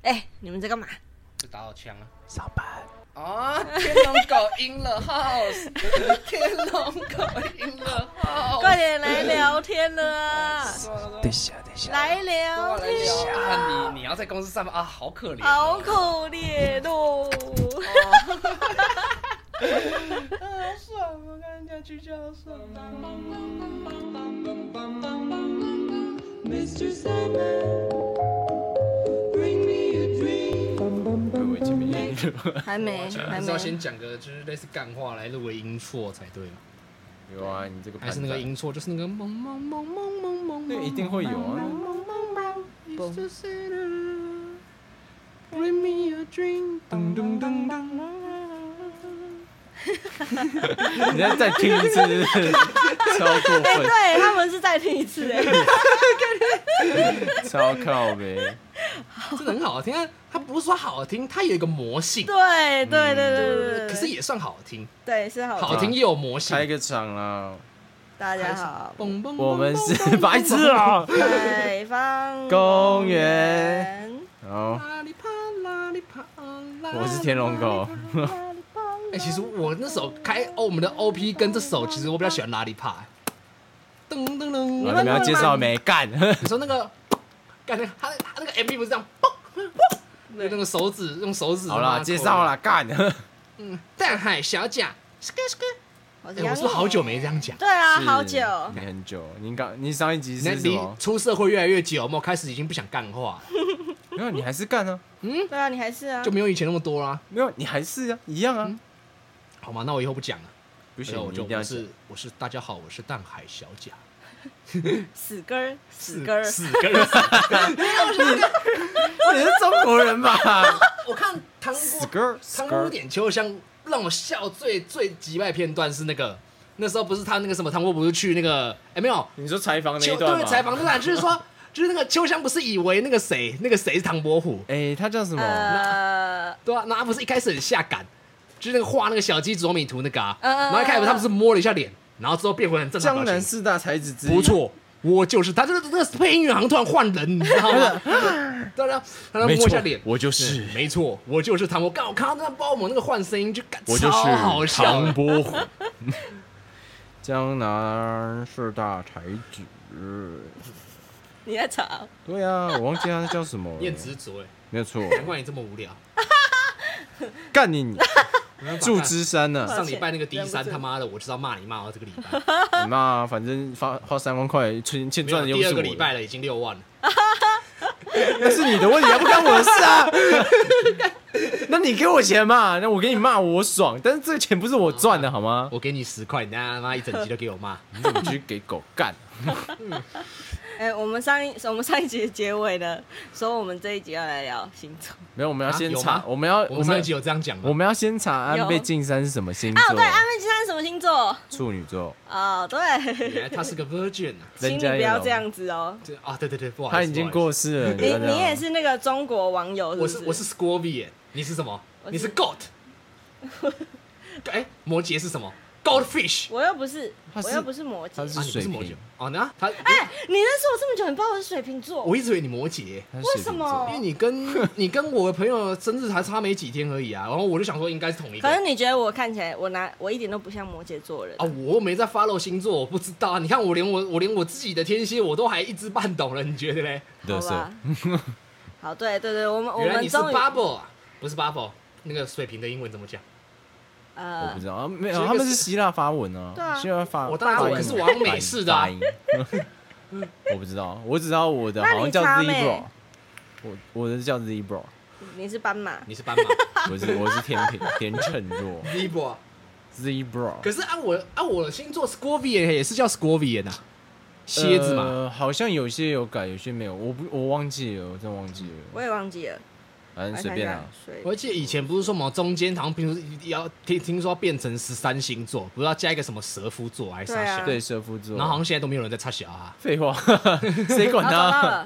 你们在干嘛？ 就打好枪啊！ 上班啊！天龙狗 in the house， 天龙狗 in the house， 快点来聊天了啊！ 等一下， 来聊天啊！你要在公司上班啊，好可怜， 好可怜哦！ 好爽，我跟人家去叫爽。 各位前面还没， 还是要先讲个就是类似干话来入围音错才对嘛？ 有啊，你这个还是那个音错，就是那个梦梦梦梦梦梦， 那一定会有啊。 Bring me a drink， 噔噔噔噔。 你再听一次，超过分， 对他们是再听一次超靠呗。 真的很好听，它不是说好听，它有一个魔性。 对， 可是也算好听。 对，是好听也有魔性。 开个场啦！ 大家好， 我们是白痴啊！ 北方公园。好， 拉里帕拉里帕拉。 我是天龙狗。 其实我那首我们的 OP 跟这首，其实我比较喜欢拉里帕。噔噔噔！ 你们要介绍没？干！ 你说那个，干他那个 MV 不是这样，那个手指用手指。 好啦，介绍啦，干！ 淡海小甲，我是不是好久没这样讲？ 对啊，好久。 你很久，你上一集是什么？ 出社会越来越久，有没有开始已经不想干话？ 没有，你还是干啊。 对啊，你还是啊， 就没有以前那么多啦。 没有，你还是啊，一样啊。 好吗？那我以后不讲了。 不行， 我是大家好，我是淡海小甲。 死根儿。 你是中国人吧？ 我看汤屋点秋香让我笑最击败片段是那时候不是他那个什么汤屋不是去那个没有？ 你说采访那一段吗？ 对，采访那段就是说。就是那个秋香不是以为那个谁是唐伯虎？ 他叫什么？ 对啊，那他不是一开始很下感，就是那个画那个小鸡啄米图那个然后一开始他们是摸了一下脸，然后之后变回很正常。 江南四大才子之一。 不错，我就是他，这个配音员好像突然换人，你知道吗？对啊，他摸一下脸， 我就是没错，我就是唐伯虎。我看到那包某那个换声音就我就是超好笑。 唐伯虎，江南四大才子。 你在查？ 对啊，我忘记他叫什么了。 你很执着没有错。 难怪你这么无聊。 干你！祝枝山呢？ 上礼拜那个第3，他妈的，我知道骂你骂到这个礼拜。 你骂，反正花3万块欠赚的又不是我。 第2个礼拜了，已经6万了。 那是你的问题，不干我的事啊！那你给我钱嘛？那我给你骂我爽，但是这个钱不是我赚的好吗？ 我给你10块，你他妈一整集都给我骂， 你怎么去给狗干？ 我们上一集的结尾呢，说我们这一集要来聊星座。 没有，我们要先查，我们上一集有这样讲吗？ 我们要先查安倍晋三是什么星座？ 对，安倍晋三是什么星座？ 处女座。 对。 原来他是个 virgin 啊！ 请你不要这样子哦。 对，不好意思， 他已经过世了。 你也是那个中国网友是不是？ 我是 Scorpio， 你是什么？你是 Goat。摩羯是什么？Goldfish， 我又不是摩羯， 他是水瓶。 那他你认识我这么久，你不知道我是水瓶座？ 我一直以为你摩羯， 为什么？ 因为你跟我的朋友生日还差没几天而已啊，然后我就想说应该是同一个。 可是你觉得我看起来我一点都不像摩羯座人啊？我没在 follow 星座，我不知道啊。你看我连我自己的天蝎我都还一知半懂了，你觉得嘞？ 好吧。好，对，我们原来你是 Bubble 啊，不是 Bubble， 那个水瓶的英文怎么讲？ 我不知道，没有，他们是希腊发文啊。 对啊， 希腊发我当然可是我好像美式的。 我不知道，我只知道我的好像叫 Zebra， 我的叫 Zebra。 你是斑马？ 你是斑马？ 我是天秤，天秤座。Zebra。 可是按我的星座 Scorpio 也是叫 Scorpio 啊，蝎子嘛。 好像有些有改，有些没有，我忘记了，我真忘记了。 我也忘记了。 反正随便啦。 我记得以前不是说什么中间好像平时要听说要变成13星座，不是要加一个什么蛇夫座还是啥？ 对，蛇夫座。 然后好像现在都没有人在插小啊。 废话，谁管他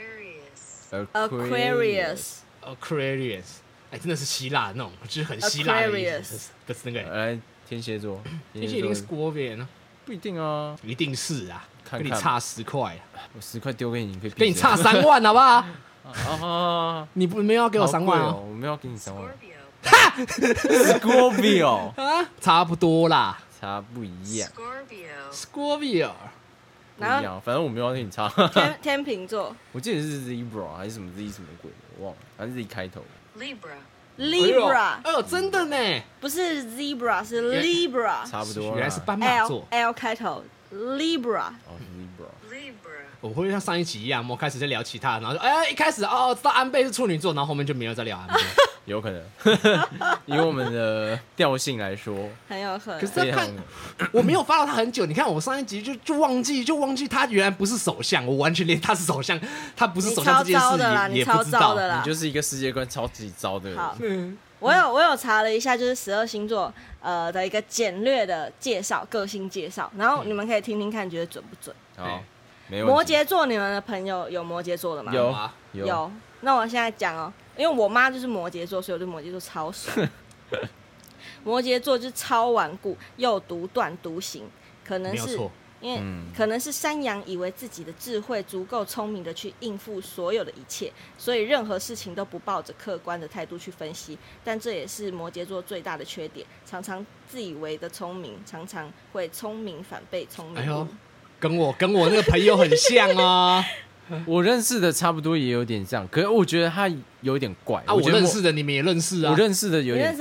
？Aquarius， 真的是希腊那种，就是很希腊的意思。不是那个。 来，天蝎座， 天蝎一定是 Scorpio 呢？ 不一定啊， 一定是啊，跟你差10块， 我10块丢给你，你可以跟你差3万，好不好？ 啊！ 你没有要给我3万哦，我没有要给你3万。 Scorpio. Scorpio 啊，差不多啦。 差不一样， Scorpio， 不一样，反正我没有要跟你差。 天秤座我记得是 Zebra 还是什么 Z 什么鬼的，我忘了，反正 Z 开头。 Libra， 哎呦，真的呢， 不是 Zebra 是 Libra， 差不多啦。 原来是斑马座。 L 开头 Libra。 哦是 Libra。 我会像上一集一样，我们开始在聊其他，然后就一开始知道安倍是处女座，然后后面就没有再聊安倍。 有可能，以我们的调性来说， 很有可能。 可是要看，我没有发到他很久。你看我上一集就忘记他原来不是首相，我完全连他是首相，他不是首相这件事也不知道。 你就是一个世界观超级糟的人。 好，我有查了一下，就是12星座的一个简略的介绍，个性介绍，然后你们可以听听看，觉得准不准？ 好，没问题。 摩羯座，你们的朋友有摩羯座的吗？ 有。 那我现在讲哦，因为我妈就是摩羯座，所以我对摩羯座超熟。摩羯座就是超顽固又独断独行，可能是因为可能是山羊以为自己的智慧足够聪明的去应付所有的一切，所以任何事情都不抱着客观的态度去分析。但这也是摩羯座最大的缺点，常常自以为的聪明，常常会聪明反被聪明误。 哎呦，跟我那个朋友很像哦。 我认识的差不多也有点像，可是我觉得他有点怪。 我认识的你们也认识啊？ 我认识的有点怪。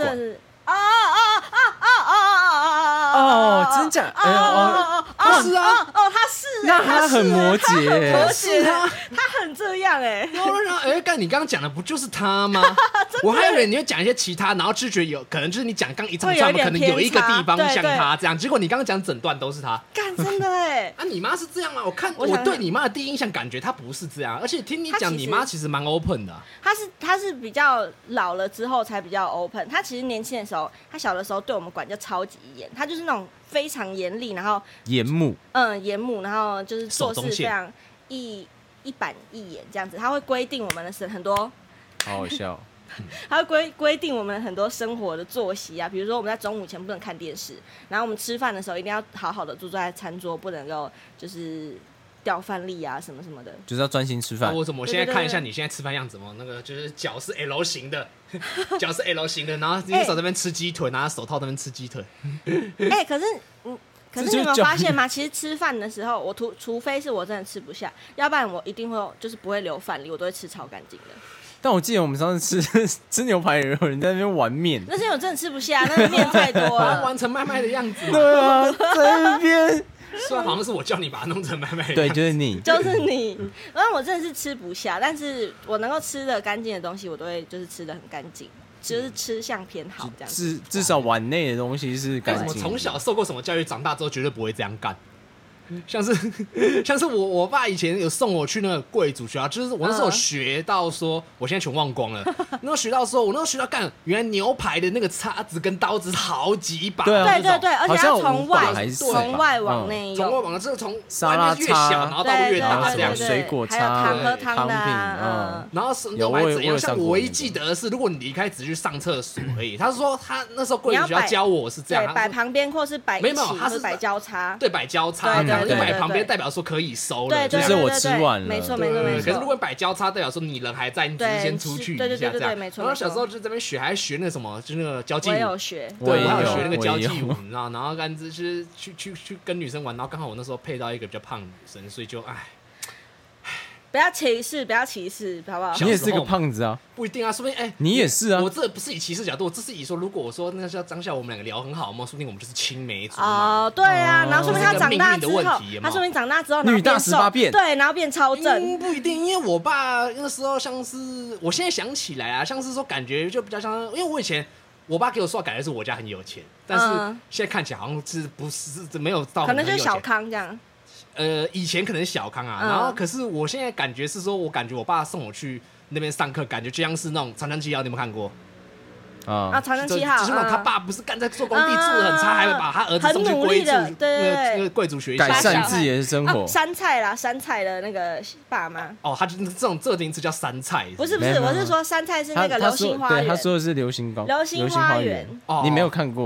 真假？ 他是啊， 他是， 那他很摩羯， 他很这样哎。 干你刚刚讲的不就是他吗？我还以为你会讲一些其他，然后就觉得有可能就是你讲刚一长串，可能有一个地方像他这样，结果你刚刚讲整段都是他。 干真的哎！ 啊，你妈是这样吗？我对你妈的第一印象感觉她不是这样，而且听你讲，你妈其实蛮 open 的。 她是比较老了之后才比较 open。她其实年轻的时候，她小的时候对我们管教超级严，她就是那种非常严厉，然后严母， 然后就是做事非常一板一眼这样子。她会规定我们的很多， 好好笑。 他会规定我们很多生活的作息啊，比如说我们在中午前不能看电视，然后我们吃饭的时候一定要好好的坐在餐桌，不能够就是掉饭粒啊什么什么的， 就是要专心吃饭。 我现在看一下你现在吃饭样子吗？那个就是脚是 L 型的，脚是 L 型的，然后你手这边吃鸡腿，拿手套那边吃鸡腿。 可是你有没有发现吗？其实吃饭的时候，我除非是我真的吃不下，要不然我一定会就是不会留饭粒，我都会吃超干净的。 但我记得我们上次吃牛排，有人在那边玩面， 那是因为我真的吃不下，那个面太多了， 玩成麦麦的样子嘛。 对啊，在那边。 虽然好像是我叫你把它弄成麦麦的样子。 对，就是你， 就是你。然后我真的是吃不下，但是我能够吃的干净的东西，我都会就是吃的很干净，就是吃相偏好这样子。 至少碗内的东西是干净。 我从小受过什么教育，长大之后绝对不会这样干。像是我爸以前有送我去那个贵族学校，就是我那时候学到说，我现在全忘光了。那时候学到说，我那时候学到干，原来牛排的那个叉子跟刀子好几把。 对， 而且要从外往内用， 从外往这个从沙拉越小，然后到越大这样。 水果叉、 还有糖和汤的然后牛排怎样？像我唯一记得的是，如果你离开只去上厕所而已。他说他那时候贵族学校教我是这样， 摆旁边或是摆一起，他是摆交叉， 对，摆交叉。就摆旁边代表说可以收了， 就是我吃完了， 没错。 可是如果摆交叉，代表说你人还在，你只是先出去一下这样。 没错。 然后小时候就这边学，还学那什么，就是那个交际舞。 我有学， 对，我还有学那个交际舞，你知道？然后干就是去跟女生玩，然后刚好我那时候配到一个比较胖的女生，所以就不要歧视，好不好？ 你也是个胖子啊， 不一定啊，说不定你也是啊。 我这不是以歧视角度，我这是以说，如果我说那叫张笑，我们两个聊很好嘛，说不定我们就是青梅竹马。 对啊，然后说不定他长大之后，他说不定长大之后， 女大18变， 对，然后变超正。 不一定，因为我爸那时候像是，我现在想起来啊，像是说感觉就比较像，因为我以前我爸给我说感觉是我家很有钱，但是现在看起来好像是不是没有到很有钱， 可能就是小康这样。 以前可能是小康啊，然后可是我现在感觉是说，我感觉我爸送我去那边上课，感觉就像是那种长江7号，你有没有看过？ 长江7号， 就是他爸不是干在做工地住得很差，还会把他儿子送去那个贵族学校， 改善自己的生活。 山菜的那个爸妈。 他就是这个名词叫山菜。 不是，我是说山菜是那个流星花园。 对，他说的是流星花园。 流星花园， 你没有看过吧？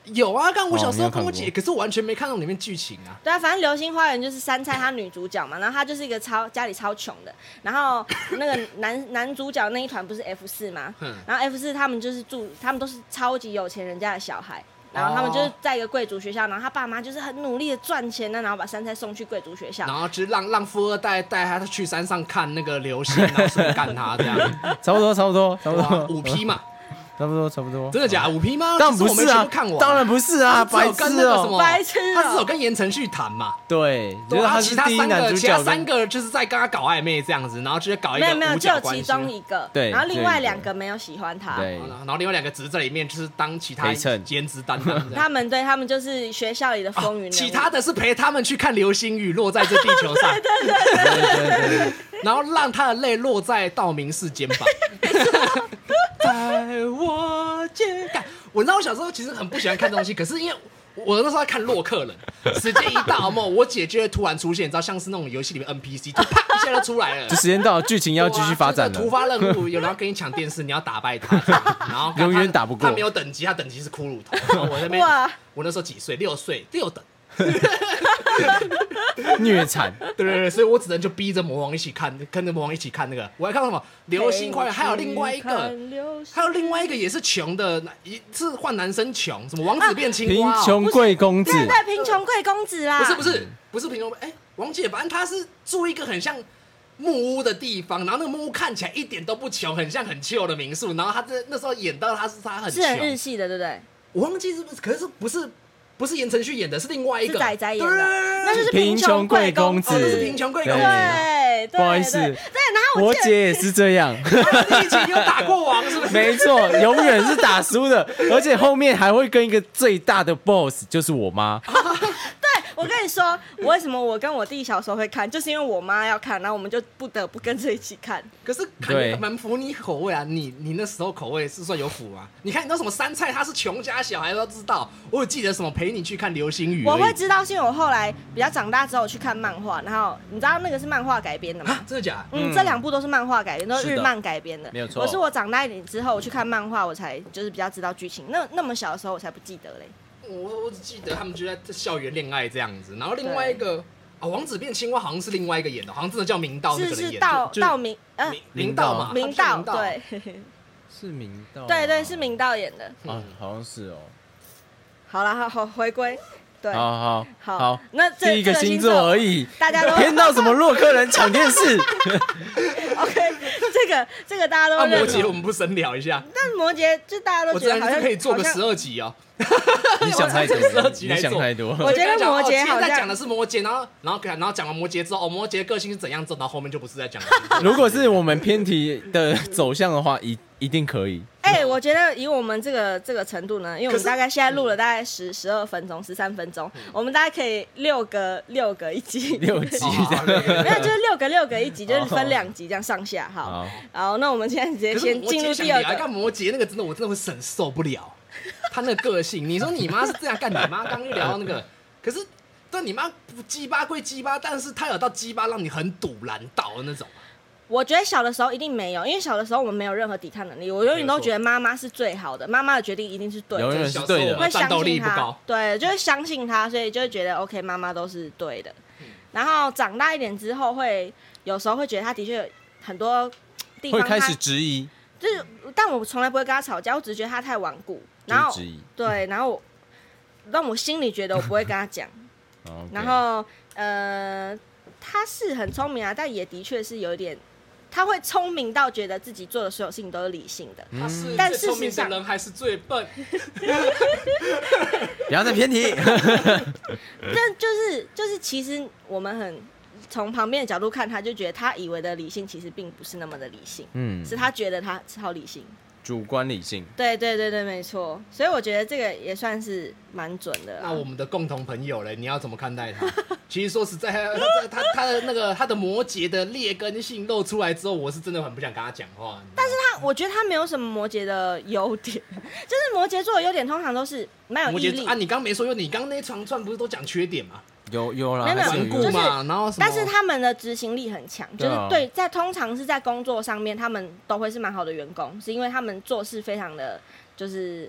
有啊，刚我小时候跟我姐，可是我完全没看到里面剧情啊。 对啊，反正《流星花园》就是杉菜她女主角嘛，然后她就是一个家里超穷的，然后那个男主角那一团不是 F4 吗？然后 F4他们就是他们都是超级有钱人家的小孩。然后他们就是在一个贵族学校，然后他爸妈就是很努力的赚钱呢，然后把杉菜送去贵族学校， 然后就是让富二代带他去山上看那个流星，然后顺便干他这样。 差不多 5批嘛。 差不多， 真的假的？5批吗？ 当然不是啊，当然不是啊，白痴哦， 白痴哦， 他只有跟言承旭谈嘛， 对，就是他是第一男主角， 其他3个就是在跟他搞暧昧这样子，然后就是搞一个没有，只有其中一个， 对， 然后另外2个没有喜欢他， 对， 然后另外2个只是在里面就是当其他兼职担当， 他们就是学校里的风云人物， 其他的是陪他们去看流星雨落在这地球上，对，然后让他的泪落在道明寺肩膀。在我肩膀，我知道我小时候其实很不喜欢看东西，可是因为我那时候在看洛克人，时间一到嘛，我姐就会突然出现，你知道，像是那种游戏里面 NPC， 就啪一下就出来了。 就时间到，剧情要继续发展了。 突发任务，有人要跟你抢电视，你要打败他，然后永远打不过。 他没有等级，他等级是骷髅头。然后我那边，我那时候几岁？6岁，6等。 虐惨， 对，所以我只能就逼着魔王一起看，跟着魔王一起看那个。我还看到什么《流星花园》，还有另外一个也是穷的，一次换男生穷，什么王子变青蛙， 贫穷贵公子， 对，贫穷贵公子啦， 不是贫穷，王姐，反正他是住一个很像木屋的地方，然后那个木屋看起来一点都不穷，很像很旧的民宿，然后他那时候演到他很穷， 是很日系的，对不对？ 我忘记是不是，可是不是言承旭演的，是另外一个， 是仔仔演的，那就是贫穷贵公子， 是贫穷贵公子， 对， 不好意思，对， 然后我姐也是这样， 你以前有打过王是不是？ 没错，永远是打输的，而且后面还会跟一个最大的 boss， 就是我妈。 我跟你说，为什么我跟我弟小时候会看，就是因为我妈要看，然后我们就不得不跟着一起看。 可是蛮符你口味啊，你那时候口味是算有符啊。你看你那什么杉菜，他是穷家小孩都知道。我有记得什么陪你去看流星雨， 我会知道，是因为我后来比较长大之后去看漫画，然后你知道那个是漫画改编的吗？ 真的假的？ 这2部都是漫画改编，都是日漫改编的， 没有错。 我是我长大一点之后，我去看漫画，我才就是比较知道剧情。那么小的时候，我才不记得嘞。 我只记得他们就在校园恋爱这样子，然后另外一个王子变青蛙好像是另外一个演的，好像真的叫明道那个人演的， 是道明明道嘛， 明道对， 是明道， 对是明道演的， 好像是哦。 好了，好回归。对， 好， 那第一个星座而已， 大家都偏到什么洛克人抢电视 ？OK， 这个大家都。 摩羯我们不深聊一下， 但摩羯就大家都觉得好像可以做个12集哦。 你想太多 ，12集来做， 你想太多。 我觉得摩羯好像在讲的是摩羯，然后讲完摩羯之后，摩羯个性是怎样之后，然后后面就不是在讲。 如果是我们偏题的走向的话，一定可以。 我觉得以我们这个程度呢，因为我们大概现在录了大概12分钟、13分钟，我们大概可以6个一集 ，6集没有，就是6个一集，就是分2集这样上下。好，那我们现在直接先进入第2个。 干摩羯那个我真的会很受不了。他那个个性，你说你妈是这样干，你妈刚就聊到那个，可是对你妈鸡巴归鸡巴，但是她有到鸡巴让你很堵拦到的那种。 我觉得小的时候一定没有，因为小的时候我们没有任何抵抗能力，我永远都觉得妈妈是最好的，妈妈的决定一定是对的， 永远是对的， 会相战斗力信她， 不高， 对，就是相信她，所以就会觉得 OK， 妈妈都是对的。然后长大一点之后，有时候会觉得她的确有很多地方会开始质疑， 就是但我从来不会跟她吵架，我只是觉得她太顽固，然后对，然后让我心里觉得我不会跟她讲，然后她是很聪明啊，但也的确是有一点。他会聪明到觉得自己做的所有事情都是理性的，但事实上人还是最笨。 不要再偏题。 但就是其实我们很从旁边的角度看，他就觉得他以为的理性其实并不是那么的理性，是他觉得他超理性。 主观理性， 对，没错，所以我觉得这个也算是蛮准的。 那我们的共同朋友嘞，你要怎么看待他？其实说实在，他的那个他的摩羯的劣根性露出来之后，我是真的很不想跟他讲话。 但是我觉得他没有什么摩羯的优点，就是摩羯座的优点通常都是蛮有毅力啊。你刚没说，你刚那一长串不是都讲缺点吗？ 有啦， 顽固嘛，然后什么？ 但是他们的执行力很强，就是通常是在工作上面，他们都会是蛮好的员工，是因为他们做事非常的就是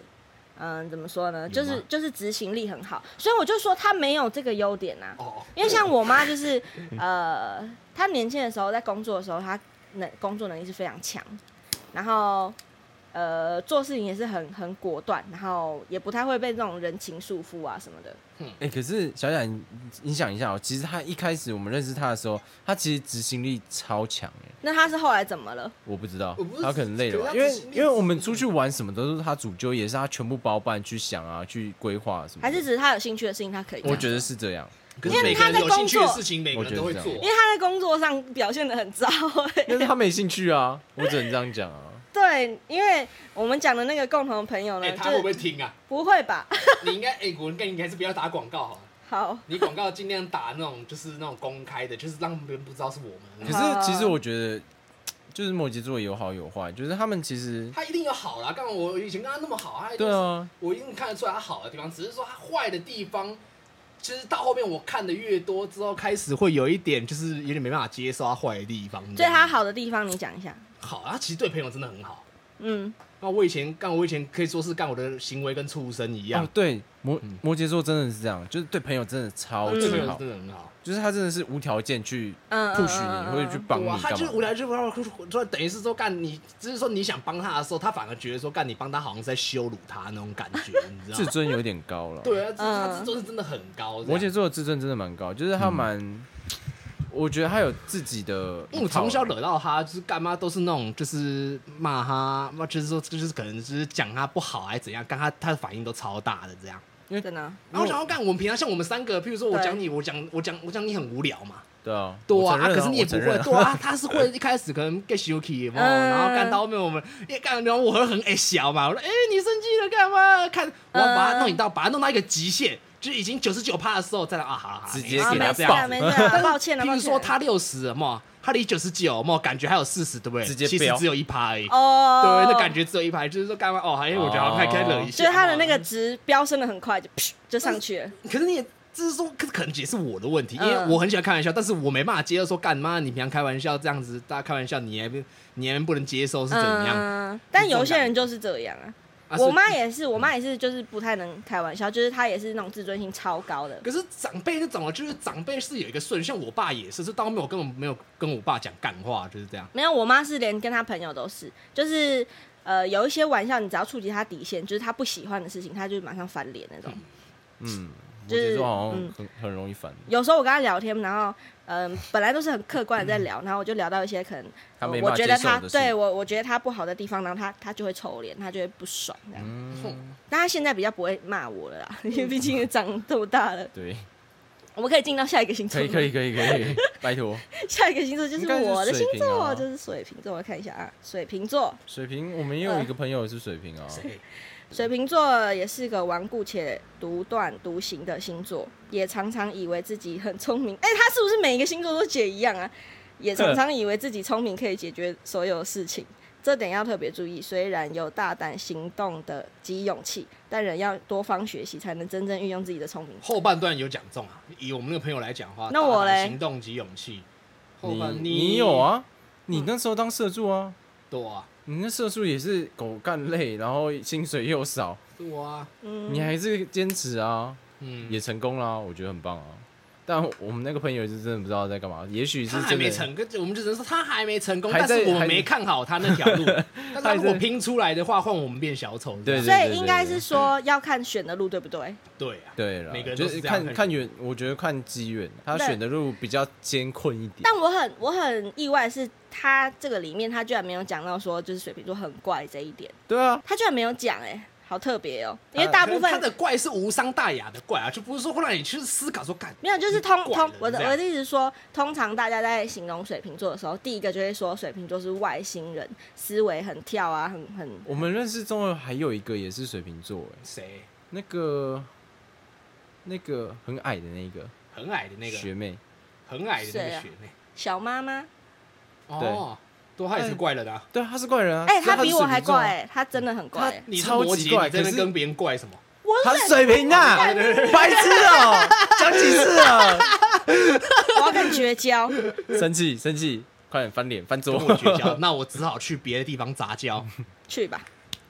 怎么说呢？就是执行力很好，所以我就说他没有这个优点啊。因为像我妈就是她年轻的时候在工作的时候，她工作能力是非常强，然后做事情也是很果断，然后也不太会被这种人情束缚啊什么的。 可是小雅，你想一下其实他一开始我们认识他的时候，他其实执行力超强那他是后来怎么了？ 我不知道，他可能累了吧，因为我们出去玩什么都是他主揪，也是他全部包办去想啊，去规划什么。 还是只是他有兴趣的事情他可以？ 我觉得是这样。 可是每个人有兴趣的事情，每个人都会做。 因为他在工作上表现得很糟但是他没兴趣啊，我只能这样讲啊。 对，因为我们讲的那个共同的朋友呢， 他会不会听啊？ 不会吧？ 你应该，我跟你还是不要打广告好了。 好， 你广告尽量打那种，就是那种公开的，就是让别人不知道是我们。 可是其实我觉得，就是摩羯座有好有坏，就是他们其实他一定有好啦。刚刚我以前跟他那么好，他对啊， 我一定看得出来他好的地方，只是说他坏的地方。其实到后面我看的越多之后，开始会有一点，就是有点没办法接受他坏的地方。 所以他好的地方你讲一下。 好，他其实对朋友真的很好。那我以前可以说是干我的行为跟畜生一样。 对，摩羯座真的是这样，就是对朋友真的超级好， 真的很好。 就是他真的是无条件去 push 你，或者去帮你干嘛。 他就是无条件说，等于是说干你，只是说你想帮他的时候，他反而觉得说干你帮他好像是在羞辱他那种感觉，你知道吗？ 自尊有点高了。 对啊，他自尊是真的很高。 摩羯座的自尊真的蛮高，就是他我觉得他有自己的。 因为我从小惹到他，就是干嘛都是那种，就是骂他，就是说，就是可能就是讲他不好还是怎样，干他的反应都超大的这样。 真的。 然后我想要干，我们平常像我们三个，譬如说我讲你，我讲你很无聊嘛。 对啊。 对啊，可是你也不会，对啊，他是会一开始可能 get shaky 嘛，然后干到后面我们也干，然后我很小嘛，我说你生气了干嘛？看我要把它弄到一个极限。就已经99%的时候，再来好， 直接给他爆。 没事，抱歉了。 譬如说他60了嘛，他离99嘛，感觉还有40，对不对？ 直接其实只有1%而已。 对， 那感觉只有1%，就是说干嘛？我觉得可以惹一下。 就是他的那个值飙升的很快，就上去了。 可是你也就是说，可能也是我的问题，因为我很喜欢开玩笑，但是我没办法接受说干嘛？你平常开玩笑这样子，大家开玩笑，你还不能接受是怎样？ 但有些人就是这样啊。我妈也是，就是不太能开玩笑，就是她也是那种自尊心超高的。 可是长辈那种，就是长辈是有一个顺序，像我爸也是，到后面我根本没有跟我爸讲干话，就是这样。 没有，我妈是连跟她朋友都是，就是有一些玩笑，你只要触及她底线，就是她不喜欢的事情，她就马上翻脸那种。 就是好像很容易烦。 有时候我跟她聊天，然后本来都是很客观的在聊，然后我就聊到一些可能我觉得他对我觉得他不好的地方，然后他就会臭脸，他就会不爽这样。但他现在比较不会骂我了啦，因为毕竟也长这么大了。 对， 我们可以进到下一个星座。 可以，拜托。 下一个星座就是我的星座，就是水瓶座。我看一下啊，水瓶座。 水瓶，我们也有一个朋友是水瓶啊。 水瓶座也是个顽固且独断独行的星座，也常常以为自己很聪明。他是不是每一个星座都解一样啊？也常常以为自己聪明可以解决所有事情，这点要特别注意。虽然有大胆行动的及勇气，但仍要多方学习，才能真正运用自己的聪明。 后半段有讲中啊，以我们那个朋友来讲的话， 那我嘞， 行动及勇气。 你有啊？你那时候当社助啊？ 对啊。 你那社畜也是狗干累，然后薪水又少， 对啊， 你还是坚持啊，也成功啦，我觉得很棒啊。但我们那个朋友是真的不知道在干嘛，也许是真的他还没成功，我们就只能说他还没成功，但是我们没看好他那条路。但他如果拼出来的话，换我们变小丑。 对， 所以应该是说要看选的路，对不对？ 对啊， 对了， 每个人就是看缘，我觉得看机缘，他选的路比较艰困一点。 但我很意外的是，他这个里面他居然没有讲到说，就是水瓶座很怪这一点。 对啊， 他居然没有讲好特别哦，因为大部分他的怪是无伤大雅的怪啊，就不是说会让你去思考说干。 没有，就是我的意思是说，通常大家在形容水瓶座的时候，第一个就会说水瓶座是外星人，思维很跳啊，很。 我们认识中还有一个也是水瓶座， 谁？ 那个很矮的那个， 很矮的那个学妹， 很矮的那个学妹， 小妈妈。 哦。对，他也是怪人啊。 对，他是怪人啊。 他比我还怪他真的很怪。 你超级怪，你在那跟别人怪什么？ 他是水瓶啊，白痴哦，讲几次了？ 我要跟你绝交。 生气，快点翻脸翻桌。 跟我绝交，那我只好去别的地方杂交。 去吧。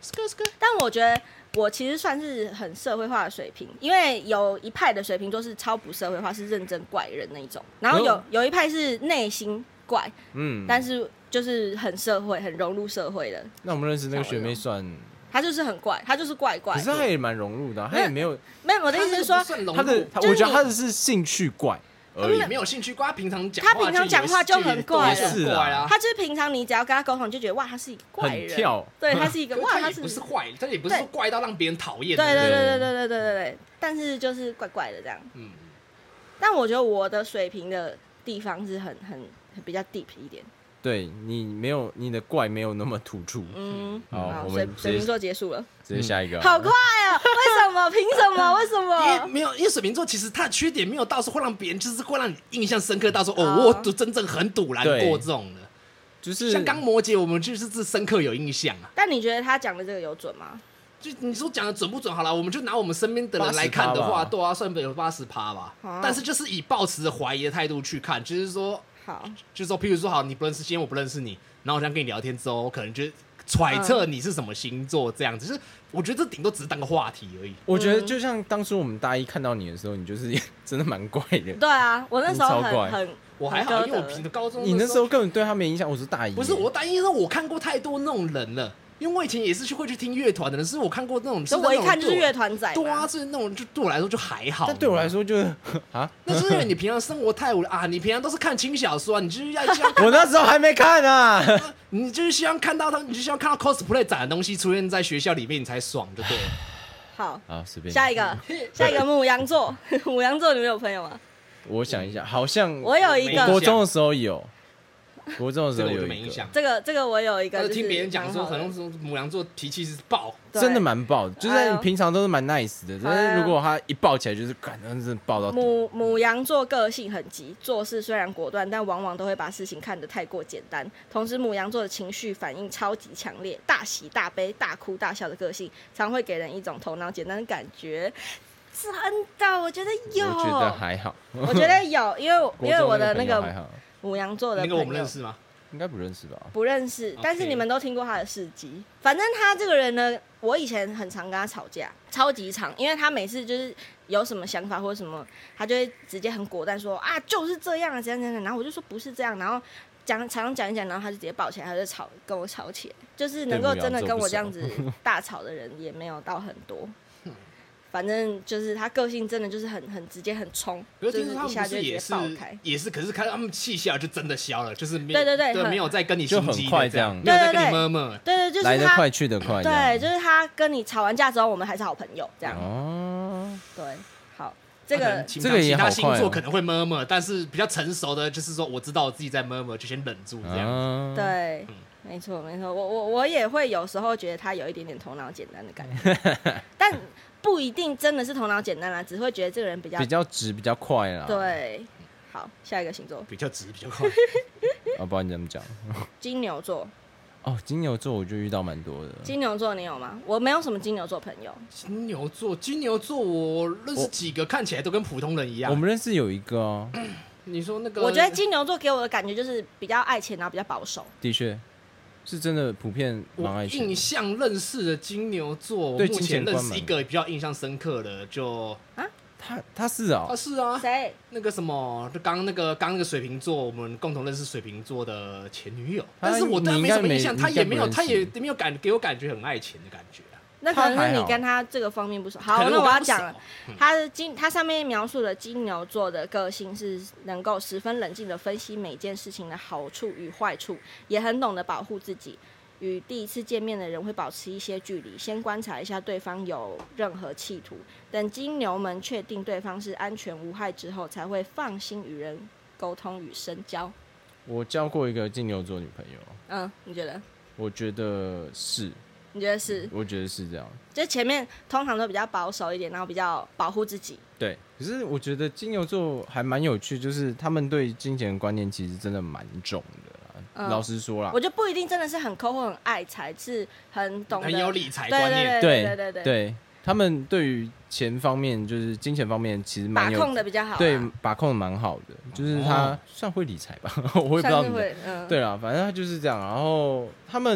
但我觉得我其实算是很社会化的水瓶，因为有一派的水瓶座是超不社会化，是认真怪人那一种，然后有一派是内心怪，但是就是很社会、很融入社会的。 那我们认识那个学妹算， 她就是很怪，她就是怪怪。 可是她也蛮融入的，她也没有。 我的意思是说， 我觉得她的是兴趣怪。 也没有兴趣怪，他平常讲话就很怪啊。 他就是平常你只要跟他沟通，你就觉得哇，他是一个怪人， 很跳， 对，他是一个哇， 他不是坏，他也不是怪到让别人讨厌。 对，但是就是怪怪的这样。但我觉得我的水平的地方是很比较 deep 一点。 对你的怪没有那么突出。好，我们水瓶座结束了， 直接下一个。 好快啊！为什么？凭什么？为什么？ 因为水瓶座其实他的缺点没有到说会让别人就是会让你印象深刻到说我真正很堵拦过这种的， 就是像刚摩羯我们就是深刻有印象啊。 但你觉得他讲的这个有准吗？ 就你说讲的准不准？好了，我们就拿我们身边的人来看的话，对啊，算有80%吧。但是就是以抱持着怀疑的态度去看，就是说。 好， 就是说，譬如说，好，你不认识，今天我不认识你，然后我这样跟你聊天之后，我可能就揣测你是什么星座这样子，就是我觉得这顶多只是当个话题而已。 我觉得就像当初我们大一看到你的时候，你就是真的蛮怪的。 对啊，我那时候很我还好，因为我平时高中你那时候根本对他没印象，我是大一。 不是我大一的时候，我看过太多那种人了。因为我以前也是会去听乐团的人，是我看过那种， 就我一看就是乐团仔， 对啊，是那种就对我来说就还好。 但对我来说就是啊， 那是因为你平常生活太无聊啊，你平常都是看轻小说，你就是要我那时候还没看啊， 你就是希望看到他，你就希望看到 cosplay 展的东西出现在学校里面，你才爽，就对了。 好， 随便。 下一个牡羊座，牡羊座你们有朋友吗？ 我想一下，好像我有一个， 国中的时候有。国中的时候有一个， 这个我有一个， 就是听别人讲说，可能牡羊座脾气是爆， 真的蛮爆的，就是你平常都是蛮 nice 的，但是如果他一爆起来，就是感觉真的爆到底。 牡羊座个性很急，做事虽然果断，但往往都会把事情看得太过简单。同时，牡羊座的情绪反应超级强烈，大喜大悲、大哭大笑的个性，常会给人一种头脑简单的感觉。真的，我觉得有， 我觉得还好， 我觉得有，因为我的那个牡羊座的那个我们认识吗？ 应该不认识吧？ 不认识，但是你们都听过他的事迹。反正他这个人呢，我以前很常跟他吵架，超级常，因为他每次就是有什么想法或者什么，他就会直接很果断说啊，就是这样啊，怎样怎样。然后我就说不是这样，然后常常讲一讲，然后他就直接抱起来，他就跟我吵起来。就是能够真的跟我这样子大吵的人也没有到很多。反正就是他个性真的就是很直接很冲，就是一下就直接爆开。 也是，可是看到他们气消就真的消了，就是对， 没有再跟你就很快这样， 没有再跟你摸摸。 对，就是来得快去得快。 对，就是他跟你吵完架之后，我们还是好朋友这样。 哦， 对，好，这个其他星座可能会摸摸，但是比较成熟的就是说，我知道我自己在摸摸，就先忍住这样。 对。没错，我也会有时候觉得他有一点点头脑简单的感觉，但不一定真的是头脑简单啦，只会觉得这个人比较直、比较快啦。 对，好，下一个星座比较直、比较快。 不知道你怎么讲。 金牛座。 哦，金牛座我就遇到蛮多的。 金牛座你有吗？我没有什么金牛座朋友。 金牛座我认识几个，看起来都跟普通人一样。 我们认识有一个哦。 你说那个？ 我觉得金牛座给我的感觉就是比较爱钱，然后比较保守。 的确。是真的普遍蛮爱钱。 印象认识的金牛座， 对， 目前认识一个比较印象深刻的，就他是啊， 他是啊， 谁？ 那个什么，就刚那个水瓶座，我们共同认识水瓶座的前女友，但是我对他没什么印象，他也没有给我感觉很爱钱的感觉。 那可能是你跟他这个方面不熟。好，那我要讲了，他上面描述的金牛座的个性是能够十分冷静的分析每件事情的好处与坏处，也很懂得保护自己。与第一次见面的人会保持一些距离，先观察一下对方有任何企图，等金牛们确定对方是安全无害之后，才会放心与人沟通与深交。 我交过一个金牛座女朋友。 你觉得？ 我觉得是。 你觉得是？ 我觉得是这样， 就前面通常都比较保守一点，然后比较保护自己。 对，可是我觉得金牛座还蛮有趣，就是他们对金钱的观念其实真的蛮重的。老实说啦， 我觉得不一定真的是很抠或很爱财，是很懂得很有理财观念。 对，他们对于钱方面，就是金钱方面，其实蛮有把控的比较好。 对，把控的蛮好的，就是他算会理财吧，我也不知道。对啦，反正他就是这样。然后他们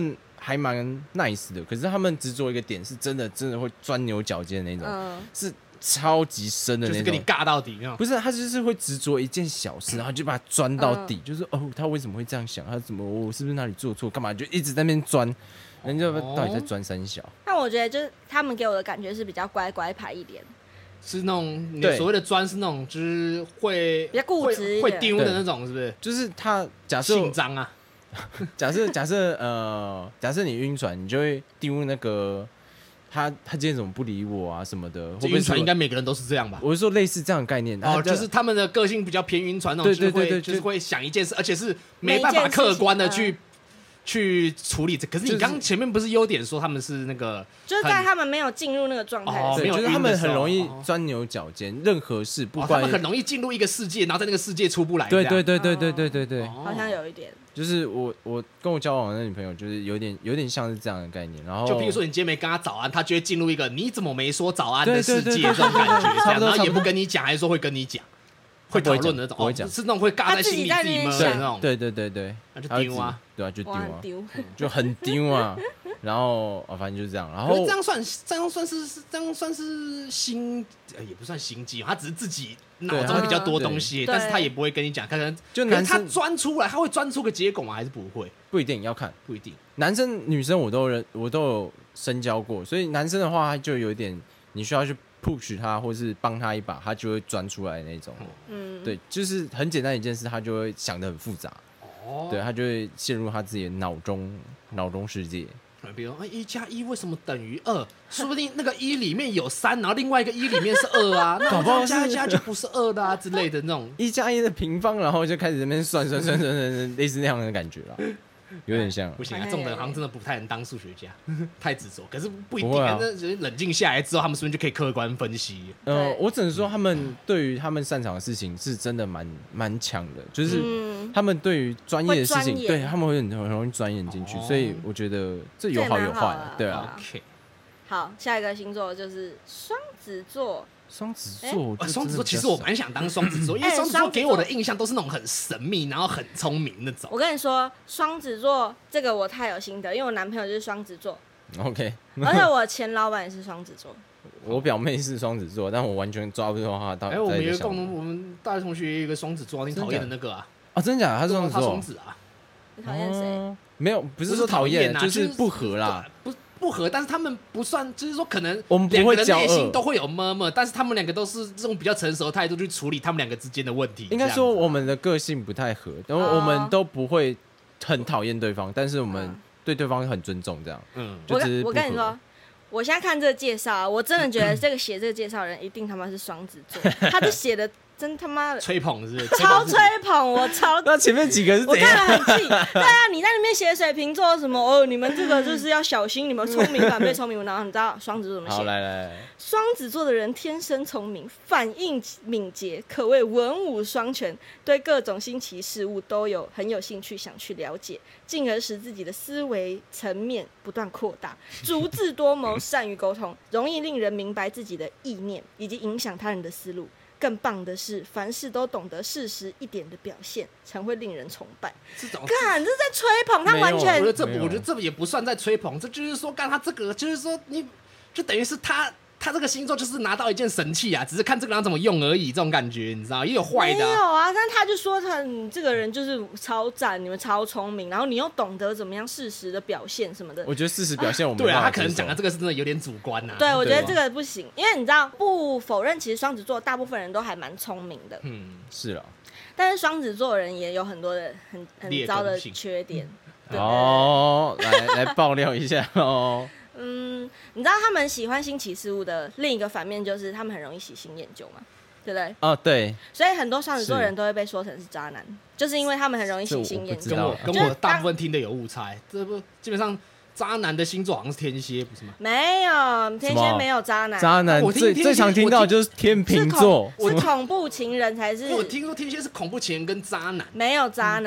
还蛮 nice 的，可是他们执着一个点是真的会钻牛角尖的那种，是超级深的那种， 就是跟你尬到底， 不是他就是会执着一件小事，然后就把它钻到底，就是他为什么会这样想，他怎么我是不是哪里做错，干嘛就一直在那边钻，人家到底在钻三小？ 那我觉得就是他们给我的感觉是比较乖乖牌一点。 是那种你所谓的专是那种就是会比较固执会丢的那种，是不是？ 就是他假设姓张啊， 假设你晕船，你就会丢那个他今天怎么不理我啊什么的。 晕船应该每个人都是这样吧？ 我是说类似这样的概念就是他们的个性比较偏晕船那种，对，就是会想一件事，而且是没办法客观的去处理这。可是你刚前面不是优点说他们是那个， 就是在他们没有进入那个状态的时候， 就是他们很容易钻牛角尖，任何事不管他们很容易进入一个世界，然后在那个世界出不来。 对， 好像有一点。 就是我跟我交往的那女朋友，就是有点像是这样的概念。然后就比如说你今天没跟她早安，她就会进入一个你怎么没说早安的世界这种感觉，然后也不跟你讲，还是说会跟你讲。会讨论的那种， 不会讲， 是那种会尬在心里自己闷的那种。 对， 那就丢啊， 对啊，就丢啊，就很丢啊。然后反正就是这样。然后这样算是心，也不算心机，他只是自己脑中比较多东西，但是他也不会跟你讲，可能他钻出来，他会钻出个结果吗？还是不会？ 不一定要看， 不一定。 男生女生我都有深交过，所以男生的话他就有一点你需要去push 他，或是帮他一把，他就会钻出来那种。对，就是很简单一件事，他就会想得很复杂。对，他就会陷入他自己的脑中世界。 比如说1+1为什么等于2？说不定那个1里面有3，然后另外一个1里面是2啊，那我加一加就不是2的啊之类的那种。 1+1的平方，然后就开始在那边算，类似那样的感觉啦。有点像， 不行啊，这种人好像真的不太能当数学家，太执着。可是不一定啊，那冷静下来之后，他们是不是就可以客观分析？ 我只能说他们对于他们擅长的事情是真的蛮强的，就是他们对于专业的事情，对他们会很容易钻研进去，所以我觉得这有好有坏，对啊。 好，下一个星座就是双子座。 双子座， 其实我蛮想当双子座，因为双子座给我的印象都是那种很神秘，然后很聪明那种。 我跟你说，双子座这个我太有心得，因为我男朋友就是双子座。 OK， 而且我前老板也是双子座。 我表妹是双子座，但我完全抓不到他到底在想什么。 我们大学同学有一个双子座，你讨厌的那个啊？ 真假的？他是双子座。 他双子啊？ 你讨厌谁？ 没有，不是说讨厌，就是不合啦。 不合，但是他们不算，就是说可能我们不会两个人内心都会有murmur，但是他们两个都是这种比较成熟的态度去处理他们两个之间的问题。 应该说我们的个性不太合，然后我们都不会很讨厌对方，但是我们对对方很尊重，这样。 我跟你说，我现在看这个介绍，我真的觉得写这个介绍的人一定他妈是双子座，他是写的。真他妈的吹捧是超吹捧，我超那前面几个是怎样？ 我看了很气。对啊，你在里面写水瓶座什么你们这个就是要小心，你们聪明反被聪明。然后你知道双子座怎么写？ 好，来， 双子座的人天生聪明，反应敏捷，可谓文武双全，对各种新奇事物都很有兴趣，想去了解，进而使自己的思维层面不断扩大，足智多谋，善于沟通，容易令人明白自己的意念，以及影响他人的思路。更棒的是，凡事都懂得适时一点的表现，才会令人崇拜。这种干，这是在吹捧他，完全。 我觉得这也不算在吹捧，这就是说，干他这个，就是说，你就等于是他这个星座就是拿到一件神器啊，只是看这个人怎么用而已，这种感觉，你知道？也有坏的。 没有啊，但他就说你这个人就是超赞，你们超聪明，然后你又懂得怎么样适时的表现什么的。 我觉得适时表现我们对啊，他可能讲的这个是真的有点主观啊。 对，我觉得这个不行，因为你知道，不否认其实双子座大部分人都还蛮聪明的。 是啊。 但是双子座人也有很多的很糟的缺点。 来爆料一下哦。 你知道他们喜欢新奇事物的另一个反面就是他们很容易喜新厌旧嘛，对不对？ 对。 所以很多双子座人都会被说成是渣男，就是因为他们很容易喜新厌旧。 跟我大部分听的有误差，这不基本上渣男的星座好像是天蝎，不是吗？ 没有，天蝎没有渣男。 渣男最常听到的就是天秤座， 是恐怖情人才是。 我听说天蝎是恐怖情人跟渣男， 没有渣男。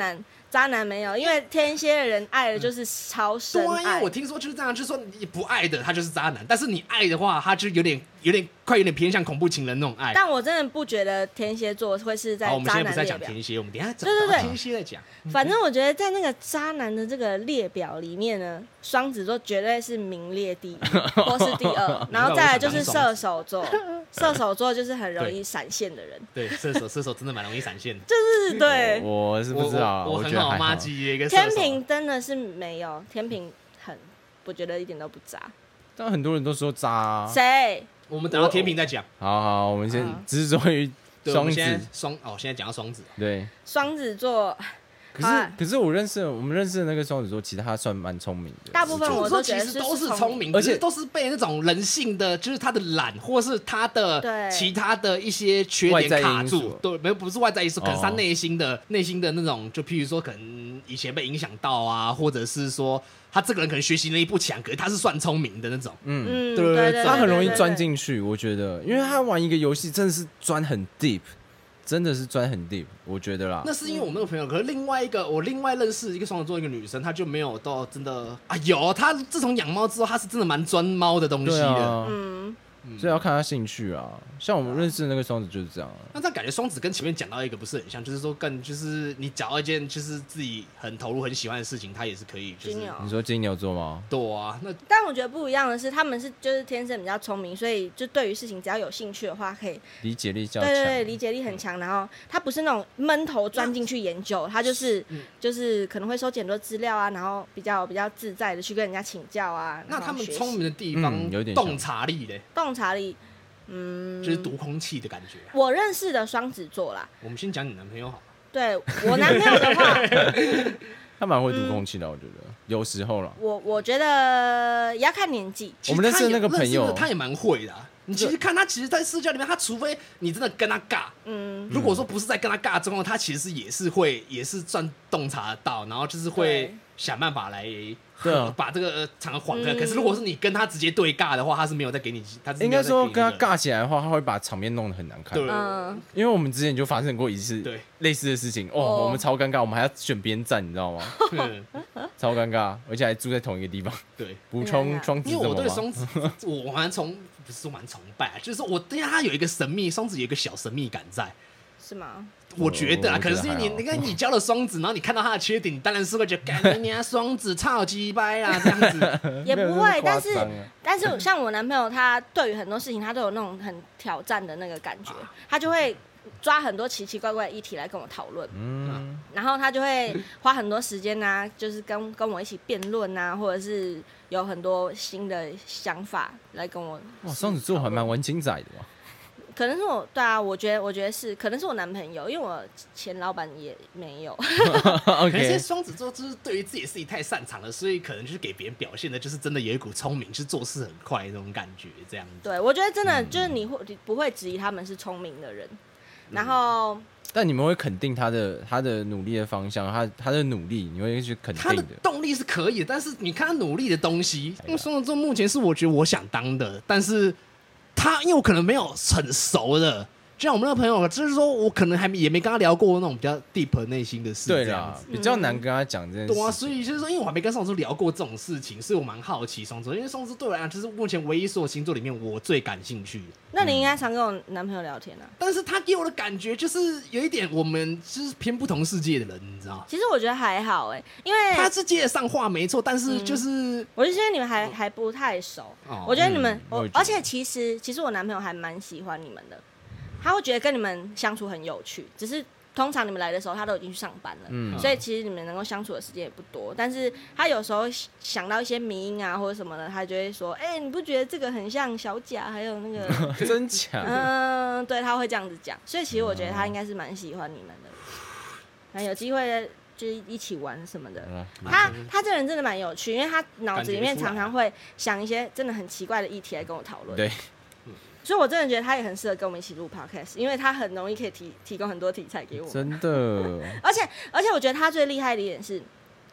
渣男没有，因为天蝎的人爱的就是超深爱。 对，因为我听说就是这样，就是说你不爱的他就是渣男，但是你爱的话，他就有点偏向恐怖情人那种爱。 但我真的不觉得天蝎座会是在渣男列表。 我们现在不是在讲天蝎，我们等一下对天蝎再讲。 反正我觉得在那个渣男的这个列表里面呢，双子座绝对是名列第一或是第二，然后再来就是射手座。射手座就是很容易闪现的人。 对，射手真的蛮容易闪现的。 就是对， 我是不知道， 我很好妈鸡的一个射手。 天平真的是没有，天平我觉得一点都不渣。 但很多人都说渣啊。 谁？ 我们等到天平再讲。 好，我们先执着于双子。 现在讲到双子。 对， 双子座。 可是我们认识的那个双子座，其实他算蛮聪明的。 大部分我都觉得其实都是聪明， 而且都是被那种人性的，就是他的懒，或是他的其他的一些缺点卡住。对，不是外在因素，可能是他内心的那种，就譬如说，可能以前被影响到啊，或者是说他这个人可能学习能力不强，可是他是算聪明的那种。 对， 他很容易钻进去，我觉得，因为他玩一个游戏真的是钻很 deep。真的是钻很 deep， 我觉得啦。 那是因为我那个朋友，可是我另外认识一个双子座一个女生，她就没有到真的啊，有她自从养猫之后，她是真的蛮钻猫的东西的。 所以要看他兴趣啊。像我们认识的那个双子就是这样。 那这样感觉双子跟前面讲到一个不是很像，就是说就是你找到一件就是自己很投入很喜欢的事情，他也是可以。就是你说金牛座吗？ 对啊， 但我觉得不一样的是，他们是就是天生比较聪明，所以就对于事情只要有兴趣的话，可以理解力较强。 对，理解力很强。然后他不是那种闷头钻进去研究，他就是可能会收集很多资料啊，然后比较自在的去跟人家请教啊。 那他们聪明的地方， 有点洞察力嘞。 洞察力， 就是读空气的感觉。 我认识的双子座啦。 我们先讲你男朋友好。 对我男朋友的话， 他蛮会读空气的，我觉得有时候啦。 我觉得也要看年纪。 我们认识的那个朋友， 他也蛮会的。你其实看他，其实，在社交里面，他除非你真的跟他尬，如果说不是在跟他尬中，他其实也是算洞察到，然后就是会想办法来把这个场缓和。可是如果是你跟他直接对尬的话，他是没有再给你，他应该说跟他尬起来的话，他会把场面弄得很难看。 对， 因为我们之前就发生过一次类似的事情，我们超尴尬，我们还要选边站，你知道吗？超尴尬，而且还住在同一个地方。 对， 补充双子， 因为我对双子，我不是说蛮崇拜，就是我对他有一个神秘，双子有一个小神秘感在， 是吗？ 我觉得啊，可是你看你交了双子，然后你看到他的缺点，你当然是会觉得，干你啊，双子超鸡掰啊，这样子也不会，但是像我男朋友，他对于很多事情，他都有那种很挑战的那个感觉，他就会抓很多奇奇怪怪的议题来跟我讨论，然后他就会花很多时间啊，就是跟我一起辩论啊，或者是有很多新的想法来跟我。 哇，双子座还蛮文青仔的嘛。 可能是对啊，我觉得是，可能是我男朋友，因为我前老板也没有。 可是双子座就是对于自己的事情太擅长了，所以可能就是给别人表现的，就是真的有一股聪明，就是做事很快那种感觉，这样子。 对，我觉得真的就是你不会质疑他们是聪明的人，然后。 但你们会肯定他的努力的方向，他的努力，你会去肯定的。 他的动力是可以的，但是你看他努力的东西，因为双子座目前是我觉得我想当的，但是他因为我可能没有很熟的，就像我们那个朋友，就是说我可能也没跟他聊过那种比较 deep 内心的事， 对啦，比较难跟他讲这件事。 对啊，所以就是说，因为我还没跟双子座聊过这种事情，所以我蛮好奇双子座，因为双子座对我来讲，就是目前唯一所有星座里面我最感兴趣的。 那你应该常跟我男朋友聊天啊。 但是他给我的感觉就是有一点，我们就是偏不同世界的人，你知道？ 其实我觉得还好因为他是接得上话没错，但是就是我就觉得你们还不太熟。我觉得你们，而且其实我男朋友还蛮喜欢你们的。他会觉得跟你们相处很有趣，只是通常你们来的时候他都已经去上班了，所以其实你们能够相处的时间也不多。但是他有时候想到一些迷因啊或者什么的，他就会说：“你不觉得这个很像小贾，还有那个真假？” 对，他会这样子讲。所以其实我觉得他应该是蛮喜欢你们的，那有机会就是一起玩什么的。他这人真的蛮有趣，因为他脑子里面常常会想一些真的很奇怪的议题来跟我讨论。 对。 所以，我真的觉得他也很适合跟我们一起录 podcast， 因为他很容易可以提供很多题材给我们。 真的。 而且，我觉得他最厉害的一点是，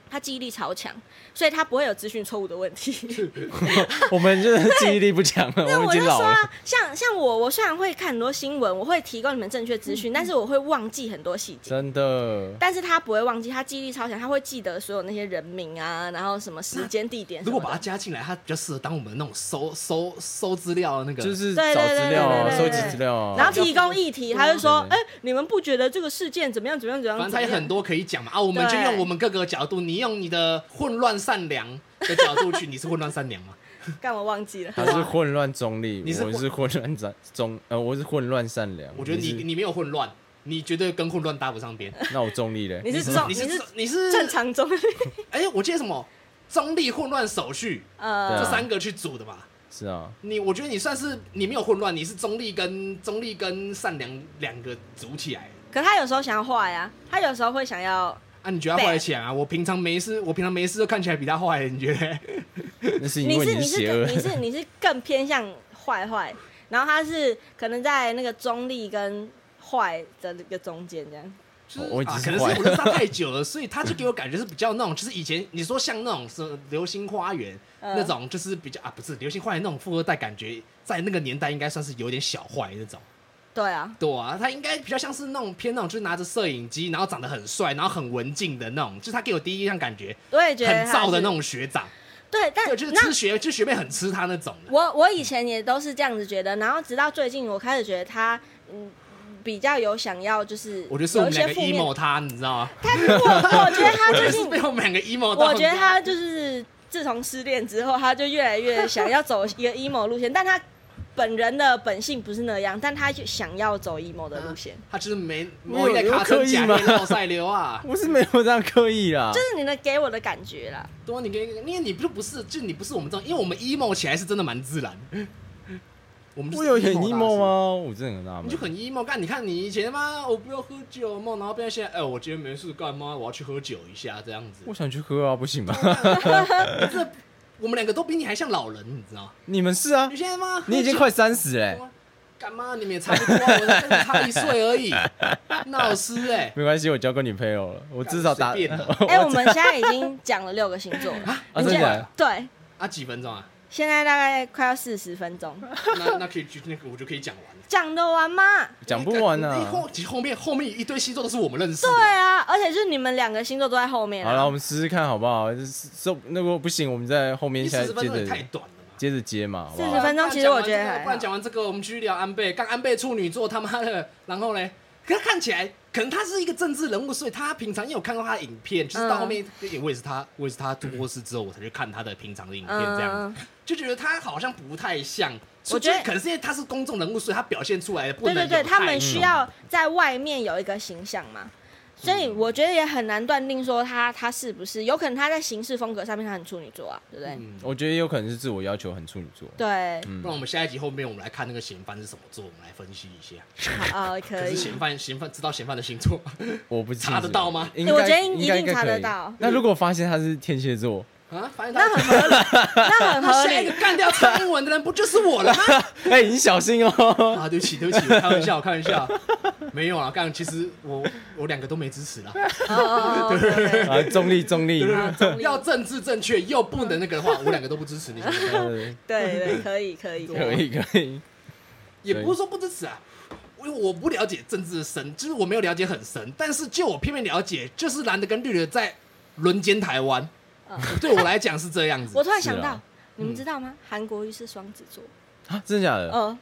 他记忆力超强，所以他不会有资讯错误的问题。 我们就是记忆力不强了，我们已经老了。 像我虽然会看很多新闻，我会提供你们正确资讯，但是我会忘记很多细节。 真的。 但是他不会忘记，他记忆力超强，他会记得所有那些人名啊，然后什么时间地点。 如果把他加进来，他比较适合当我们那种收资料的那个， 就是找资料啊，收集资料啊， 然后提供议题，他就说，你们不觉得这个事件怎么样？反正他有很多可以讲嘛啊，我们就用我们各个角度，你用你的混乱善良的角度去，你是混乱善良吗？ 干嘛忘记了？ 他是混乱中立，我是混乱我是混乱善良。 我觉得你没有混乱，你绝对跟混乱搭不上边。 那我中立嘞？ 你是正常中立。 我记得什么中立、混乱、手续，这3个去组的嘛。 是啊， 我觉得你算是你没有混乱，你是中立跟善良2个组起来。 可他有时候想要坏啊，他有时候会想要啊，你觉得他坏得起来啊？我平常没事都看起来比他坏，你觉得？ 那是因为你是邪恶， 你是更偏向坏，然后他是可能在那个中立跟坏的那个中间这样。 可能是我认识他太久了，所以他就给我感觉是比较那种，就是以前你说像那种是《流星花园》那种，就是比较不是《流星花园》那种富二代，感觉在那个年代应该算是有点小坏那种。 对啊， 他应该比较像是那种偏那种，就是拿着摄影机，然后长得很帅，然后很文静的那种，就是他给我第一印象感觉， 我也觉得很燥的那种学长。 对，但就是学妹很吃他那种的。 我以前也都是这样子觉得，然后直到最近我开始觉得他比较有想要，就是我觉得是我们2个 emo 他，你知道吗？ 我觉得他最近被我们2个 emo 到。 我觉得他就是自从失恋之后，他就越来越想要走一个 emo 路线，但他本人的本性不是那样，但他就想要走 emo 的路线。 他就是某一类卡车假面绕赛流啊， 不是没有这样刻意啦， 就是你能给我的感觉啦。 对啊，因为你不是，就你不是我们这种，因为我们 emo 起来是真的蛮自然。我有很 emo 吗？我真的很纳闷。 你就很 emo 干，你看你以前嘛，我不要喝酒嘛，然后变成现在，我今天没事干嘛，我要去喝酒一下这样子。 我想去喝啊，不行吗？ 我们2个都比你还像老人，你知道？ 你们是啊？ 你现在吗？ 你已经快30嘞。 干嘛？你们也差不多，我跟你差1岁而已。闹事没关系，我交过女朋友了，我至少打。 我们现在已经讲了6个星座了。 真的假的？ 对。 几分钟啊？ 现在大概快要40分钟。 那可以我就可以讲完了。 讲得完吗？ 讲不完啊！ 后面一堆星座都是我们认识的。 对啊，而且就是你们2个星座都在后面。 好了，我们试试看好不好？那个不行，我们在后面 40分钟太短了。 接着接嘛 ，40分钟其实我觉得不然讲完这个，我们继续聊安倍。安倍处女座他妈的，然后呢？可是看起来，可能他是一个政治人物，所以他平常因为我看过他的影片，就是到后面，我也是他过世之后，我才去看他的平常的影片，这样子就觉得他好像不太像。我觉得可能是因为他是公众人物，所以他表现出来的不能。 对，他们需要在外面有一个形象嘛。所以我觉得也很难断定说他是不是，有可能他在行事风格上面他很处女座啊，对不对？ 我觉得有可能是自我要求很处女座。 对， 不然我们下一集后面我们来看那个嫌犯是什么座，我们来分析一下。 可以。 可是嫌犯知道嫌犯的星座吗？ 我不查得到吗？ 我觉得一定查得到。 那如果发现他是天蝎座？ 那很合理，那很合理。 下一个干掉蔡英文的人不就是我了吗？ 你小心哦！ 对不起，开玩笑，没有啊，其实我2个都没支持啦。 中立， 要政治正确又不能那个的话，我2个都不支持。你对，可以， 也不是说不支持啊，因为我不了解政治深，就是我没有了解很深，但是就我片面了解，就是蓝的跟绿的在轮奸台湾。对我来讲是这样子。 我突然想到，你们知道吗？韩国瑜是双子座啊，真的假的？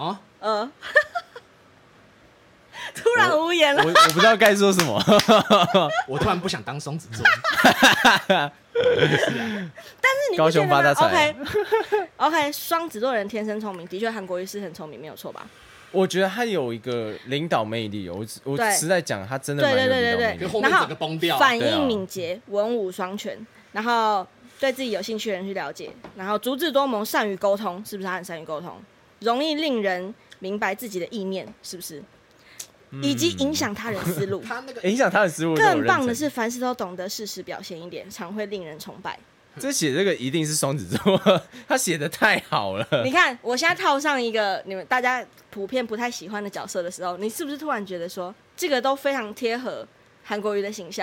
突然无言了。 我不知道该说什么。 我突然不想当双子座。 但是你高雄发大财。 OK， 双子座人天生聪明，的确韩国瑜是很聪明，没有错吧？ 我觉得他有一个领导魅力，我实在讲，他真的蛮有领导魅力。 然后反应敏捷，文武双全，然后对自己有兴趣的人去了解，然后足智多谋，善于沟通，是不是他很善于沟通？容易令人明白自己的意念，是不是？以及影响他人思路。 影响他人思路。 更棒的是，凡事都懂得适时表现一点，常会令人崇拜。 写这个一定是双子座，他写的太好了。 你看，我现在套上一个你们大家普遍不太喜欢的角色的时候，你是不是突然觉得说，这个都非常贴合韩国瑜的形象？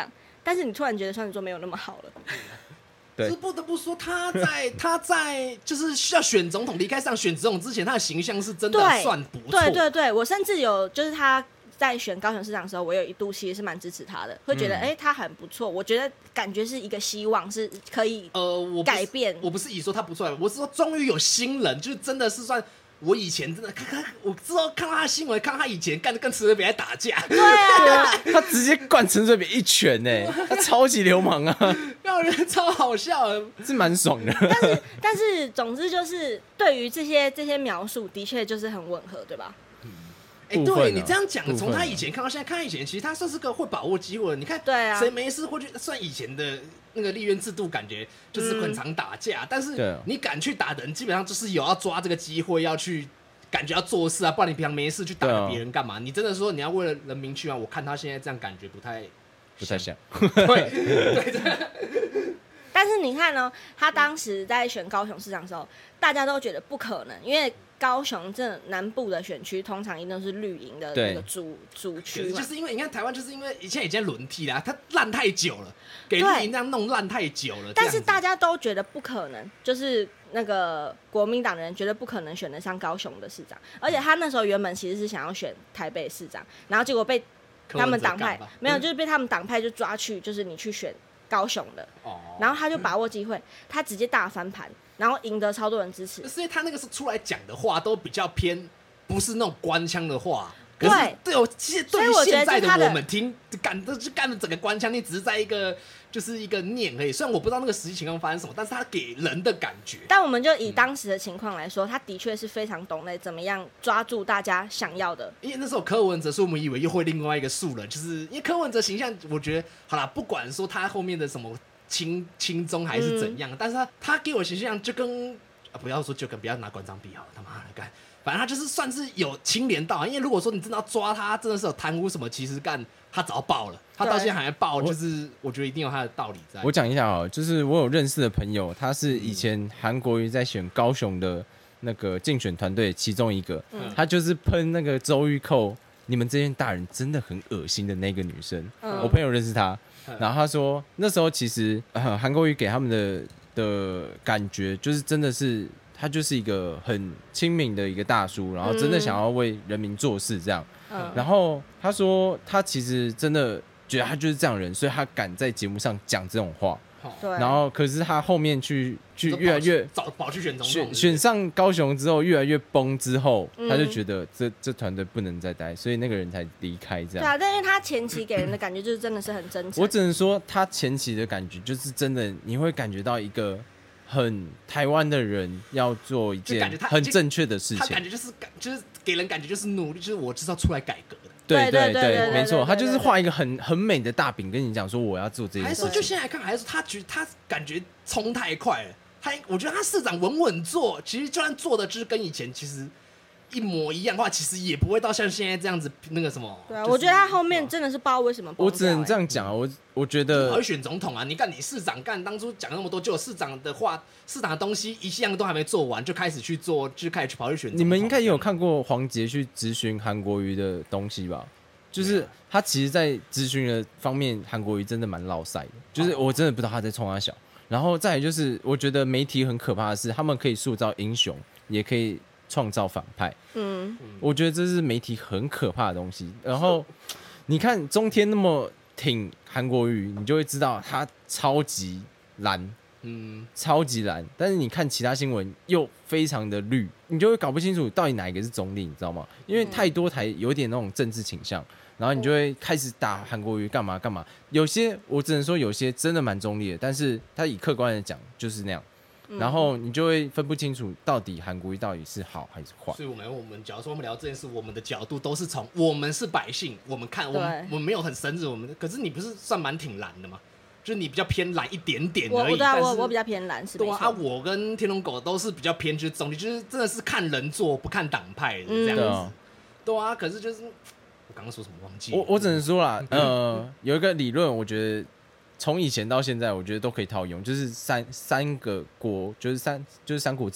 但是你突然觉得双子座没有那么好了。 对， 是不得不说，他在就是要选总统离开上选总统之前，他的形象是真的算不错。 对，我甚至有就是他在选高雄市长的时候，我有一度其实是蛮支持他的，会觉得他很不错。我觉得感觉是一个希望，是可以改变。 我不是以说他不错，我是说终于有新人，就是真的是算。我以前真的我之后看到他的新闻，看到他以前跟陈水扁在打架， 对啊， 他直接灌陈水扁一拳他超级流氓啊， 让人超好笑的， 是蛮爽的。 但是总之就是对于这些描述，的确就是很吻合，对吧？ 对你这样讲，从他以前看到现在，看他以前，其实他算是个会把握机会的。你看， 对啊， 谁没事会去算以前的那个立院制度，感觉就是很常打架，但是你敢去打人，基本上就是有要抓这个机会，要去感觉要做事啊，不然你平常没事去打别人干嘛？你真的说你要为了人民去吗？我看他现在这样感觉不太像。 对。 但是你看呢，他当时在选高雄市长的时候，大家都觉得不可能，因为高雄这南部的选区通常一定是绿营的那个主区嘛， 就是因为你看台湾，就是因为现在已经轮替啦，它烂太久了，给绿营这样弄烂太久了。 但是大家都觉得不可能，就是那个国民党的人觉得不可能选得上高雄的市长，而且他那时候原本其实是想要选台北市长，然后结果被他们党派没有，就是被他们党派就抓去，就是你去选高雄的，然后他就把握机会，他直接大翻盘。然后赢得超多人支持， 所以他那个是出来讲的话都比较偏，不是那种官腔的话。 对， 其实对于现在的我们听，干的整个官腔，你只是在一个就是一个念而已。虽然我不知道那个实际情况发生什么，但是他给人的感觉。 但我们就以当时的情况来说，他的确是非常懂得怎么样抓住大家想要的。 因为那时候柯文哲，所以我们以为又会另外一个素人，就是因为柯文哲形象，我觉得好啦，不管说他后面的什么。轻中还是怎样，但是他给我形象就跟不要说就跟不要拿馆长比好了，他妈的干，反正他就是算是有清廉到，因为如果说你真的要抓他，真的是有贪污什么，其实干他早爆了，他到现在还在爆，就是我觉得一定有他的道理在。 我讲一下哦，就是我有认识的朋友，他是以前韩国瑜在选高雄的那个竞选团队其中一个，他就是喷那个周玉蔻，你们这些大人真的很恶心的那个女生，我朋友认识他。然后他说，那时候其实韩国瑜给他们的感觉就是真的是他就是一个很亲民的一个大叔，然后真的想要为人民做事这样。然后他说他其实真的觉得他就是这样的人，所以他敢在节目上讲这种话。然后可是他后面去越来越跑去选总统， 选上高雄之后越来越崩之后，他就觉得这团队不能再待，所以那个人才离开这样。 对啊，但因为他前期给人的感觉就是真的是很真诚。 我只能说他前期的感觉就是真的，你会感觉到一个很台湾的人要做一件很正确的事情。 他感觉就是给人感觉就是努力，就是我就是要出来改革的。 对，没错，他就是画一个很美的大饼，跟你讲说我要做这件事。 还是说就现在来看，还是说他感觉冲太快了。我觉得他市长稳稳做，其实就算做的就是跟以前其实一模一样的话，其实也不会到像现在这样子那个什么。 对啊，我觉得他后面真的是不知道为什么。 我只能这样讲啊，我觉得会选总统啊，你市长当初讲那么多，就有市长的话，市长的东西一项都还没做完，就开始去做，就开始跑去选总统。 你们应该也有看过黄捷去质询韩国瑜的东西吧？就是他其实，在质询的方面，韩国瑜真的蛮落赛的。就是我真的不知道他在冲他小。然后再来就是，我觉得媒体很可怕的是，他们可以塑造英雄，也可以创造反派。我觉得这是媒体很可怕的东西。然后你看中天那么挺韩国瑜，你就会知道他超级蓝，超级蓝。但是你看其他新闻又非常的绿，你就会搞不清楚到底哪一个是中立，你知道吗？因为太多台有点那种政治倾向。然后你就会开始打韩国瑜干嘛干嘛，有些我只能说有些真的蛮中立的，但是他以客观的讲就是那样，然后你就会分不清楚到底韩国瑜到底是好还是坏。 所以我们假如说我们聊这件事，我们的角度都是从我们是百姓，我们看我们没有很深入，可是你不是算蛮挺蓝的吗？就是你比较偏蓝一点点而已。 我比较偏蓝，是没错。 对啊，我跟天龙狗都是比较偏就是中立，就是真的是看人做不看党派的这样子。对啊，可是就是。刚刚说什么忘记了？ 我只能说啦，有一个理论，我觉得从以前到现在，我觉得都可以套用，就是三个国，就是三国志啊。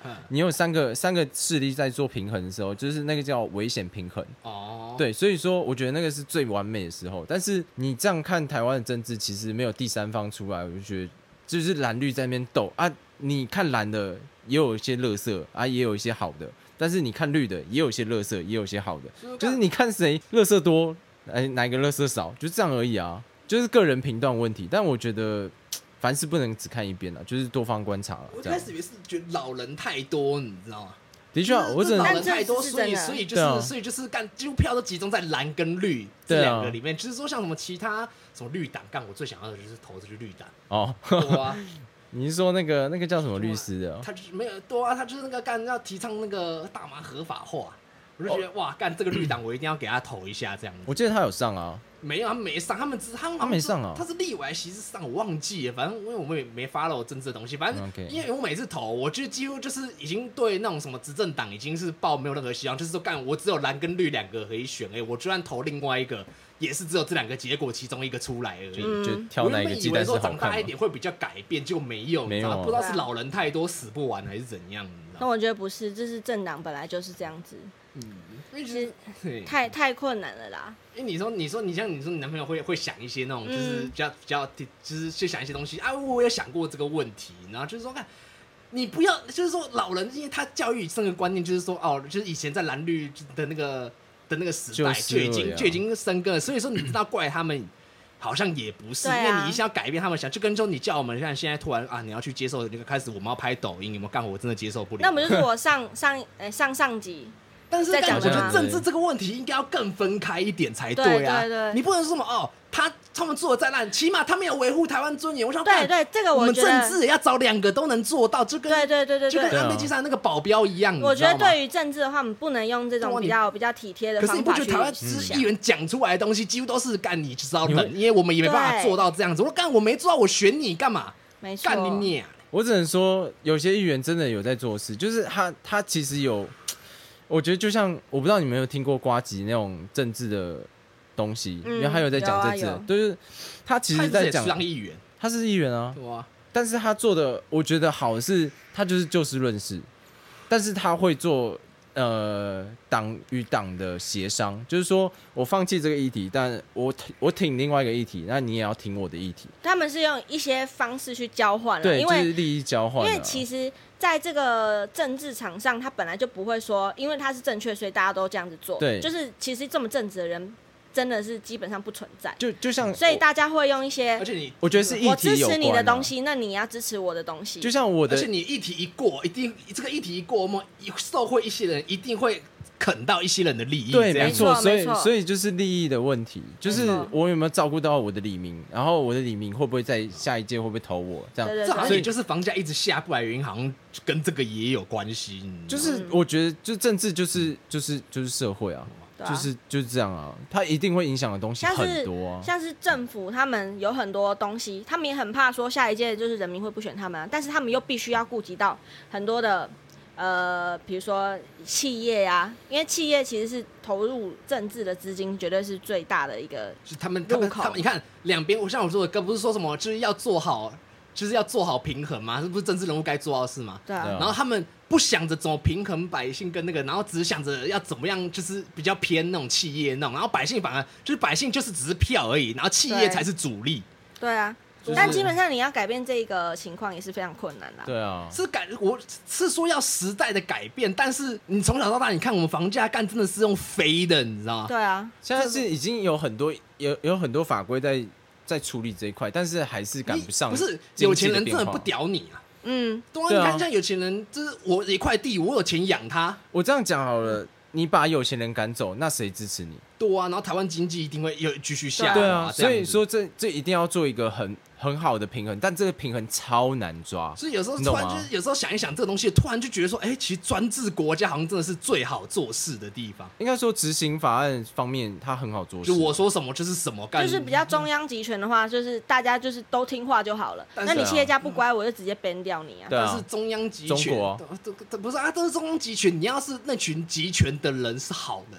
你有三个势力在做平衡的时候，就是那个叫危险平衡。 哦， 对，所以说我觉得那个是最完美的时候。但是你这样看台湾的政治，其实没有第三方出来，我就觉得就是蓝绿在那边斗啊。你看蓝的也有一些垃圾啊，也有一些好的，但是你看绿的也有一些垃圾，也有一些好的，就是你看谁垃圾多，哪一个垃圾少，就这样而已啊，就是个人评断问题。但我觉得凡事不能只看一边啊，就是多方观察了。 我一开始以为是觉得老人太多，你知道吗？ 的确，我只能老人太多，所以就是干，几乎票都集中在蓝跟绿这两个里面。就是说，像什么其他什么绿党，干我最想要的就是投这个绿党。 哦， 对啊。 你是说那个叫什么律师的？ 他就是没有对啊，他就是那个干要提倡那个大麻合法化，我就觉得哇，干这个绿党我一定要给他投一下这样子。 我记得他有上啊。 没有，他没上，他没上啊。 他是立委席是上，我忘记了，反正因为我们也没 follow 政治的东西，反正因为我每次投，我就几乎就是已经对那种什么执政党已经是抱没有任何希望，就是说干我只有蓝跟绿两个可以选，我就算投另外一个，也是只有这两个结果其中一个出来而已。 就挑哪一个鸡蛋是好看。 我原本以为说长大一点会比较改变，结果没有，你知道不知道是老人太多死不完还是怎样。 那我觉得不是，这是政党本来就是这样子。因为其实太困难了啦。 因为你像你男朋友会想一些那种就是比较就是去想一些东西啊，我有想过这个问题，然后就是说看你不要就是说老人，因为他教育生的观念就是说哦，就是以前在蓝绿的那个时代就已经生根了，所以说你知道怪他们。好像也不是，因为你一下要改变他们想，就跟说你叫我们现在突然啊，你要去接受那个开始我们要拍抖音，有没有干活？我真的接受不了。 那不就是我上集但是在讲我觉得政治这个问题应该要更分开一点才对啊。 对， 你不能说什么哦，他们做的再烂，起码他们有维护台湾尊严。我想对这个我们政治也要找两个都能做到，就跟就跟安倍晋三那个保镖一样。 我觉得对于政治的话，我们不能用这种比较体贴的方法去想。 可是你不觉得台湾议员讲出来的东西几乎都是干你就是要忍，因为我们也没办法做到这样子。我说干我没做到，我选你干嘛？ 没错， 干你啊！ 我只能说，有些议员真的有在做事，就是他其实有，我觉得就像我不知道你们有听过呱吉那种政治的东西，因为他有在讲政治，就是他其实在讲议员， 他是议员啊， 对啊， 但是他做的我觉得好的是，他就是就事论事，但是他会做党与党的协商，就是说我放弃这个议题，但我挺另外一个议题，那你也要挺我的议题。 他们是用一些方式去交换， 对， 因为就是利益交换。 因为其实在这个政治场上，他本来就不会说，因为他是正确，所以大家都这样子做。 对， 就是其实这么正直的人。真的是基本上不存在， 就像， 所以大家会用一些， 而且我觉得是议题有关， 我支持你的东西，那你要支持我的东西。 就像我的， 而且你议题一过，一定这个议题一过，我们受惠一些人一定会啃到一些人的利益。 对，没错，所以就是利益的问题，就是我有没有照顾到我的里民，然后我的里民会不会在下一届会不会投我这样？ 这好像也就是房价一直下不来原因，好像跟这个也有关系。 就是我觉得，就政治就是社会啊。就是这样啊，它一定会影响的东西很多啊。 像是政府，他们有很多东西，他们也很怕说下一届就是人民会不选他们，但是他们又必须要顾及到很多的比如说企业啊，因为企业其实是投入政治的资金，绝对是最大的一个入口。 你看两边，像我说的歌，不是说什么就是要做好平衡吗？这不是政治人物该做到的事吗？ 对啊。 然后他们不想着怎么平衡百姓跟那个，然后只想着要怎么样，就是比较偏那种企业那种，然后百姓反而就是百姓就是只是票而已，然后企业才是主力。 对啊。但基本上你要改变这个情况也是非常困难的。 对啊， 我是说要时代的改变，但是你从小到大，你看我们房价干真的是用飞的，你知道吗？ 对啊， 现在是已经有很多法规在处理这一块，但是还是赶不上。 不是有钱人真的不屌你啊！对啊，你看像有钱人，就是我一块地，我有钱养他。 我这样讲好了，你把有钱人赶走，那谁支持你？ 对啊，然后台湾经济一定会继续下滑。 对啊，所以说这一定要做一个很好的平衡，但这个平衡超难抓。 所以有时候突然就是有时候想一想这个东西，突然就觉得说，其实专制国家好像真的是最好做事的地方。 应该说执行法案方面，它很好做事。 就我说什么就是什么， 就是比较中央集权的话，就是大家就是都听话就好了。那你企业家不乖，我就直接 ban 掉你啊。 但是中央集权， 中国不是啊，都是中央集权。你要是那群集权的人是好人。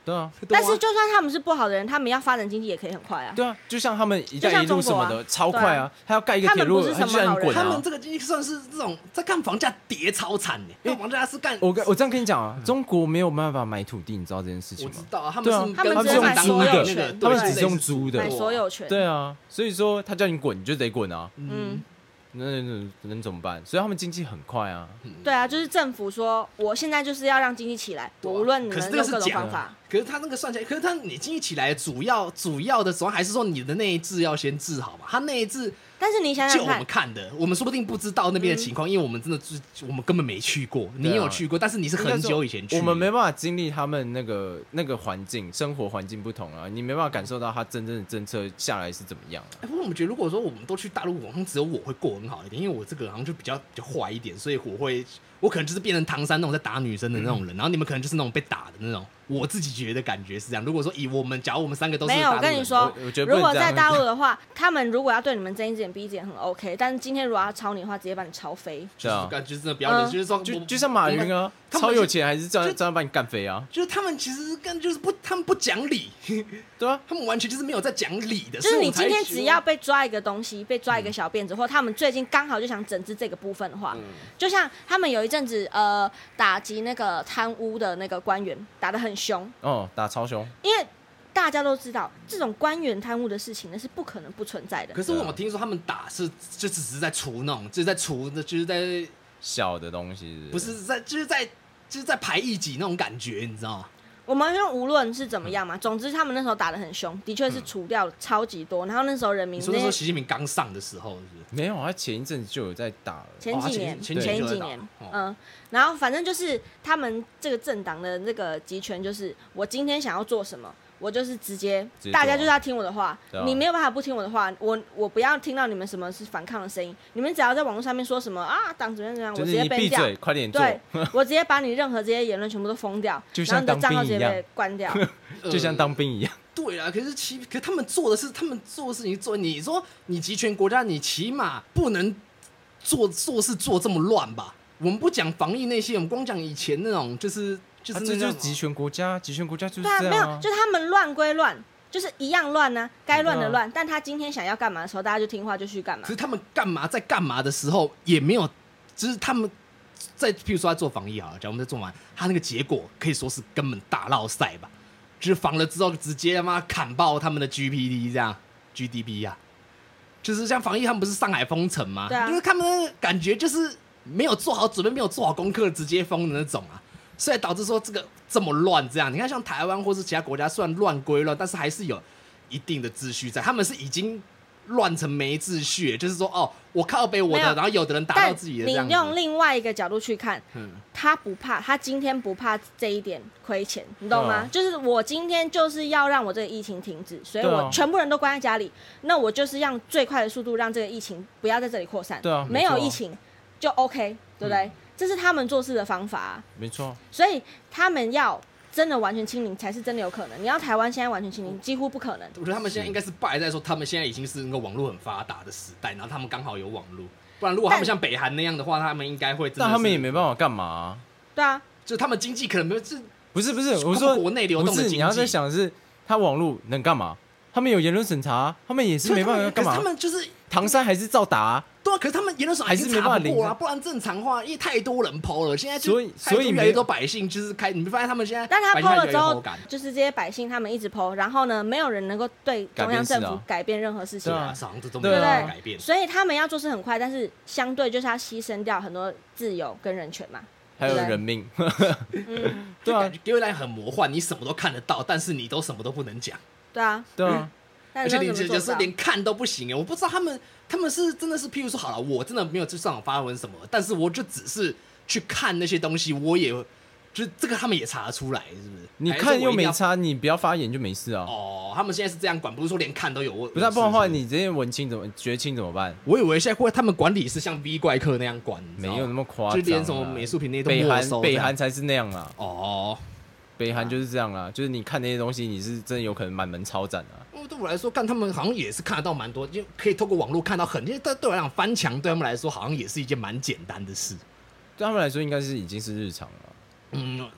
对啊， 但是就算他们是不好的人，他们要发展经济也可以很快啊。 对啊，就像他们一带一路什么的，超快啊！他要盖一个铁路， 他们不是什么好人， 他们这个经济算是这种在干房价跌超惨的，因为房价是干。 我这样跟你讲啊，中国没有办法买土地，你知道这件事情吗？ 我知道啊，他们只用租的， 他们只是用租的， 买所有权。 对啊，所以说他叫你滚，你就得滚啊。那能怎么办？所以他们经济很快啊。 对啊，就是政府说，我现在就是要让经济起来，我无论你们用各种方法。 可是他那个算起来，可是你经济起来主要的主要还是说你的内治要先治好嘛。他内治， 但是你想想看， 就我们看的，我们说不定不知道那边的情况，因为我们真的我们根本没去过。你有去过，但是你是很久以前去， 我们没办法经历他们那个环境，生活环境不同啊，你没办法感受到他真正的政策下来是怎么样啊。 不过我们觉得，如果说我们都去大陆，好像只有我会过很好一点，因为我这个好像就比较坏一点，所以我可能就是变成唐山那种在打女生的那种人，然后你们可能就是那种被打的那种。我自己觉得感觉是这样。如果说假如我们三个都是没有，我跟你说，如果在大陆的话，他们如果要对你们睁一只眼闭一只眼很 OK， 但是今天如果要抄你的话，直接把你抄飞。 就是真的不要脸，就是说， 就像马云啊，超有钱还是这样把你干飞啊？ 就是他们其实他们不讲理， 对啊， 他们完全就是没有在讲理的。 就是你今天只要被抓一个东西，被抓一个小辫子，或他们最近刚好就想整治这个部分的话，就像他们有一阵子打击那个贪污的那个官员，打得很凶。 打超凶， 因为大家都知道这种官员贪污的事情呢是不可能不存在的。 可是我听说他们打就只是在除那种，就是在小的东西不是就是在排异己那种感觉，你知道吗？ 我们用无论是怎么样嘛，总之他们那时候打得很凶，的确是除掉了超级多。然后那时候人民， 你说那时候习近平刚上的时候是不是？ 没有，他前一阵子就有在打了。 前几年，然后反正就是他们这个政党的那个集权，就是我今天想要做什么，我就是直接大家就是要听我的话，你没有办法不听我的话，我不要听到你们什么是反抗的声音，你们只要在网络上面说什么啊党怎么样，我直接 ban 掉， 快点做， 对，我直接把你任何这些言论全部都封掉，然后你的账号直接被关掉， 就像当兵一样。 对啦，可是他们做的事情做，你说你集权国家，你起码不能做事做这么乱吧？我们不讲防疫那些，我们光讲以前那种，就是这就是集权国家就是这样。 对啊，没有，就是他们乱归乱，就是一样乱啊，该乱的乱。但他今天想要干嘛的时候，大家就听话就去干嘛。 可是他们在干嘛的时候也没有，就是他们譬如说在做防疫好了，假如我们在做完，他那个结果可以说是根本大落赛吧。就是防了之后，直接他妈砍爆他们的 GDP 这样 GDP 啊，就是像防疫，他们不是上海封城吗？ 对啊， 就是他们的感觉就是没有做好准备，没有做好功课，直接封的那种啊，所以导致说这个这么乱这样。你看像台湾或是其他国家，虽然乱归乱，但是还是有一定的秩序在，他们是已经乱成没秩序，就是说我靠北我的，然后有的人达到自己的这样子。 你用另外一个角度去看，他不怕，他今天不怕这一点亏钱，你懂吗？就是我今天就是要让我这个疫情停止，所以我全部人都关在家里，那我就是用最快的速度让这个疫情不要在这里扩散。 对啊， 没有疫情就 OK， 对不对？这是他们做事的方法啊。 没错。 所以他们要真的完全清零才是真的有可能。你要台湾现在完全清零，几乎不可能。 我觉得他们现在应该是败在说，他们现在已经是那个网络很发达的时代，然后他们刚好有网络。不然如果他们像北韩那样的话，他们应该会真的。 但他们也没办法干嘛。 对啊， 就他们经济可能没有， 不是，我说国内流动的经济。 你要在想的是，他网络能干嘛？他们有言论审查，他们也是没办法干嘛。 他们就是唐山还是照打啊。 对啊，可是他们言论审查还是没办法过啊，不然正常化，因为太多人抛了，现在就所以越来越多百姓就是你没发现他们现在， 但他抛了之后，就是这些百姓他们一直抛，然后呢，没有人能够对中央政府改变任何事情， 对啊，这都没有改变， 所以他们要做事很快，但是相对就是要牺牲掉很多自由跟人权嘛。 还有人命， 对啊，给我来很魔幻，你什么都看得到，但是你都什么都不能讲， 对啊， 而且你就是连看都不行哎，我不知道他们是真的是，譬如说好了，我真的没有去上网发文什么，但是我就只是去看那些东西，我也就是这个他们也查得出来，是不是？ 你看又没差，你不要发言就没事啊。 他们现在是这样管，不是说连看都有问题。 不是，不然的话，你这些文青绝青怎么办？ 我以为现在会他们管理是像 V 怪客那样管， 没有那么夸张， 就连什么美术品那些都没收。 北韩才是那样啦。北韩就是这样啦，就是你看那些东西，你是真的有可能满门抄斩啊。 对我来说，看他们好像也是看得到蛮多，就可以透过网络看到很，因为对我来讲，翻墙对他们来说好像也是一件蛮简单的事。 对他们来说，应该是已经是日常了。 但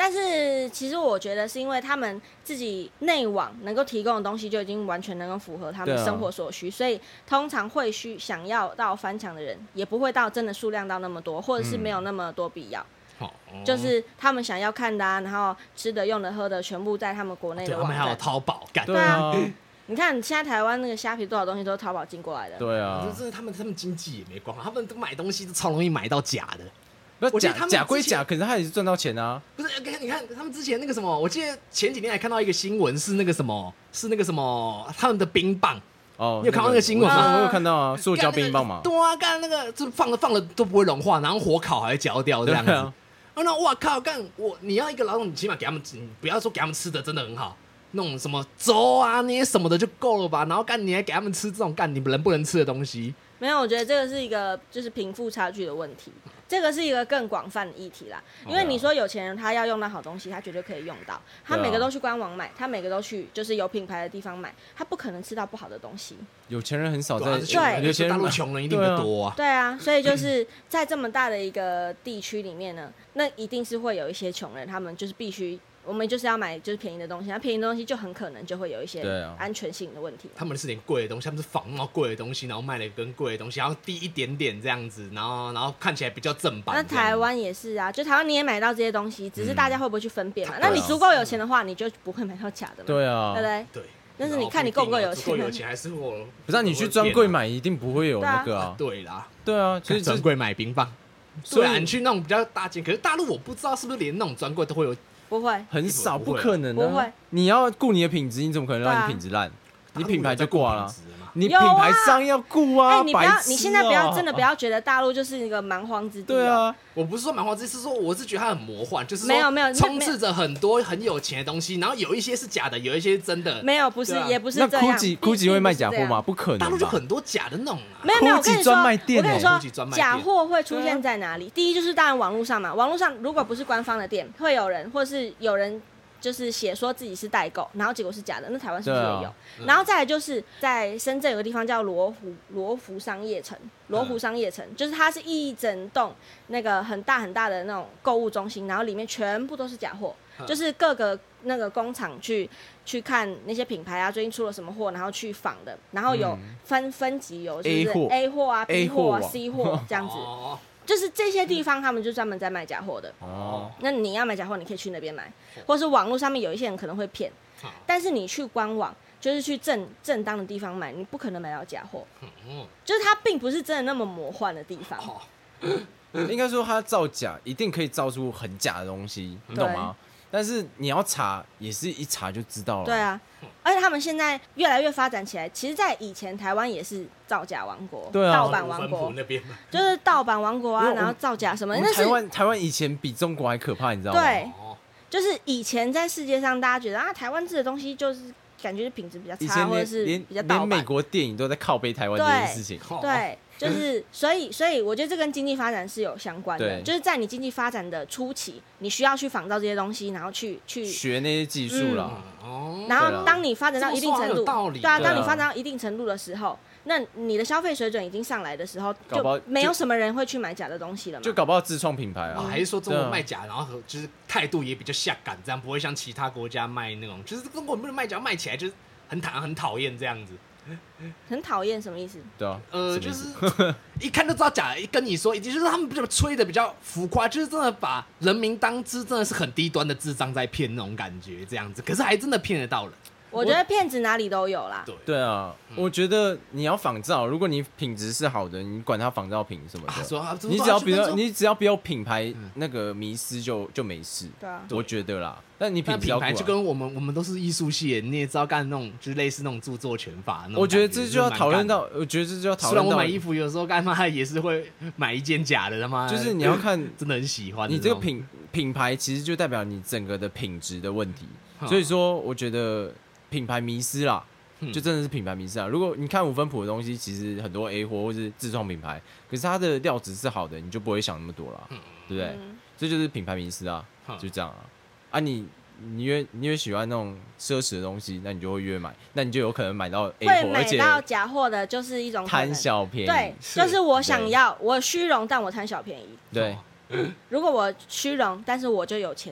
但是其实我觉得是因为他们自己内网能够提供的东西就已经完全能够符合他们生活所需，所以通常会想要到翻墙的人也不会到真的数量到那么多，或者是没有那么多必要。就是他们想要看的然后吃的、用的、喝的，全部在他们国内的网站。 他们还有淘宝， 对啊。 你看现在台湾那个虾皮多少东西都是淘宝进过来的。 对啊， 真的他们经济也没光，他们都买东西都超容易买到假的。 假归假，可是他也是赚到钱啊。 不是，你看他们之前那个什么，我记得前几天还看到一个新闻，是那个什么，他们的冰棒。你有看到那个新闻吗？ 我有看到啊，塑胶冰棒嘛。 对啊，干那个就放了都不会融化，然后火烤还会焦掉这样子。那哇靠，你要一个劳动，你起码给他们，你不要说给他们吃的真的很好，那种什么粥啊那些什么的就够了吧？然后你还给他们吃这种你们人不能吃的东西？ 没有，我觉得这个是一个就是贫富差距的问题，这个是一个更广泛的议题啦。因为你说有钱人他要用到好东西，他绝对可以用到，他每个都去官网买，他每个都去就是有品牌的地方买，他不可能吃到不好的东西。 有钱人很少在， 对， 有钱人大陆穷人一定比较多啊。 对啊，所以就是在这么大的一个地区里面呢，那一定是会有一些穷人，他们就是必须。我们就是要买就是便宜的东西，那便宜的东西就很可能就会有一些安全性的问题。 他们是点贵的东西，他们是仿那么贵的东西，然后卖了跟贵的东西，然后低一点点这样子，然后看起来比较正版。 那台湾也是啊，就台湾你也买到这些东西，只是大家会不会去分辨嘛？那你足够有钱的话，你就不会买到假的嘛？ 对啊， 对不对？ 对。 但是你看你够不够有钱？ 够有钱还是我？ 不是你去专柜买，一定不会有那个啊。 对啦， 对啊， 去专柜买冰棒。虽然去那种比较大间，可是大陆我不知道是不是连那种专柜都会有。 不会， 很少，不可能不会。 你要顾你的品质，你怎么可能让你品质烂？你品牌就挂了。你品牌商要顾啊！ 你现在真的不要觉得大陆就是一个蛮荒之地。 对啊， 我不是说蛮荒之地，是说我是觉得它很魔幻，就是没有充斥着很多很有钱的东西，然后有一些是假的，有一些是真的。 没有，不是，也不是这样。 那 GUCCI 会卖假货吗？不可能。 大陆就很多假的那种啊。 没有，我跟你说，假货会出现在哪里？第一就是当然网络上嘛，网络上如果不是官方的店，会有人或是有人。就是写说自己是代购，然后结果是假的，那台湾是不是也有？然后再来就是在深圳有个地方叫罗湖商业城，就是它是一整栋那个很大很大的那种购物中心，然后里面全部都是假货，就是各个那个工厂去看那些品牌啊，最近出了什么货，然后去仿的，然后有分级有就是 A 货啊、B 货啊、C 货这样子。就是这些地方，他们就专门在卖假货的。那你要买假货，你可以去那边买，或是网络上面有一些人可能会骗，但是你去官网，就是去正当的地方买，你不可能买到假货。就是它并不是真的那么魔幻的地方。 应该说它造假一定可以造出很假的东西，你懂吗？但是你要查，也是一查就知道了。 对啊，而且他们现在越来越发展起来。其实，在以前台湾也是造假王国， 对啊， 盗版王国那边就是盗版王国啊，然后造假什么。那台湾以前比中国还可怕，你知道吗？ 对，就是以前在世界上，大家觉得台湾制的东西就是感觉品质比较差，或者是比较盗版。 连美国电影都在靠背台湾这件事情。 对。就是所以我觉得这跟经济发展是有相关的，就是在你经济发展的初期，你需要去仿造这些东西，然后去学那些技术啦。 然后当你发展到一定程度，对啊，当你发展到一定程度的时候，那你的消费水准已经上来的时候，就没有什么人会去买假的东西了嘛。 就搞不好自创品牌啊， 还是说中国卖假，然后就是态度也比较下感，这样不会像其他国家卖那种，就是中国不能卖假，卖起来就是很讨厌这样子。 很讨厌什么意思？ 对啊， 就是一看就知道假的。跟你说，就是他们比较吹的比较浮夸，就是真的把人民当真的是很低端的智障在骗那种感觉，这样子。可是还真的骗得到人。 我觉得骗子哪里都有啦。 对啊，我觉得你要仿造，如果你品质是好的，你管它仿造品什么的，你只要不要品牌那个迷失就没事。对啊，我觉得啦。但你品牌就跟我们都是艺术系，你也知道干那种就是类似那种著作权法那种。 我觉得这就要讨论到，虽然我买衣服有时候干嘛也是会买一件假的，他妈就是你要看真的很喜欢。 你这个品牌其实就代表你整个的品质的问题，所以说我觉得。品牌迷思啦，就真的是品牌迷思啊！如果你看5分埔的东西，其实很多 A 货或是自创品牌，可是它的料质是好的，你就不会想那么多啦，对不对？这就是品牌迷思啊，就这样啊！啊你越喜欢那种奢侈的东西，那你就会越买，那你就有可能买到 A 货， 而且买到假货的就是一种贪小便宜。 对，就是我想要，我虚荣，但我贪小便宜。 对， 如果我虚荣，但是我就有钱。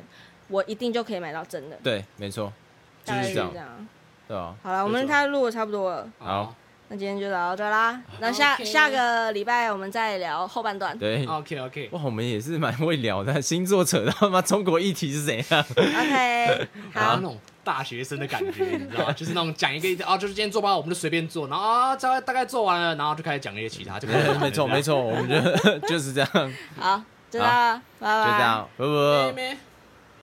我一定就可以买到真的。 对，没错，就大概是这样， 是这样。 对吧？ 好了，我们开录的差不多了， 好， 那今天就聊到这啦。那下个礼拜我们再聊后半段。 对 ，OK， 哇，我们也是蛮会聊的，星座扯到他妈中国议题是怎样 ？OK， 好， 那种大学生的感觉，你知道吗？就是那种讲一个就是今天做报告，我们就随便做，然后大概做完了，然后就开始讲一些其他，就没错，我们就是这样。 好，就这样，拜拜， 就这样，拜拜。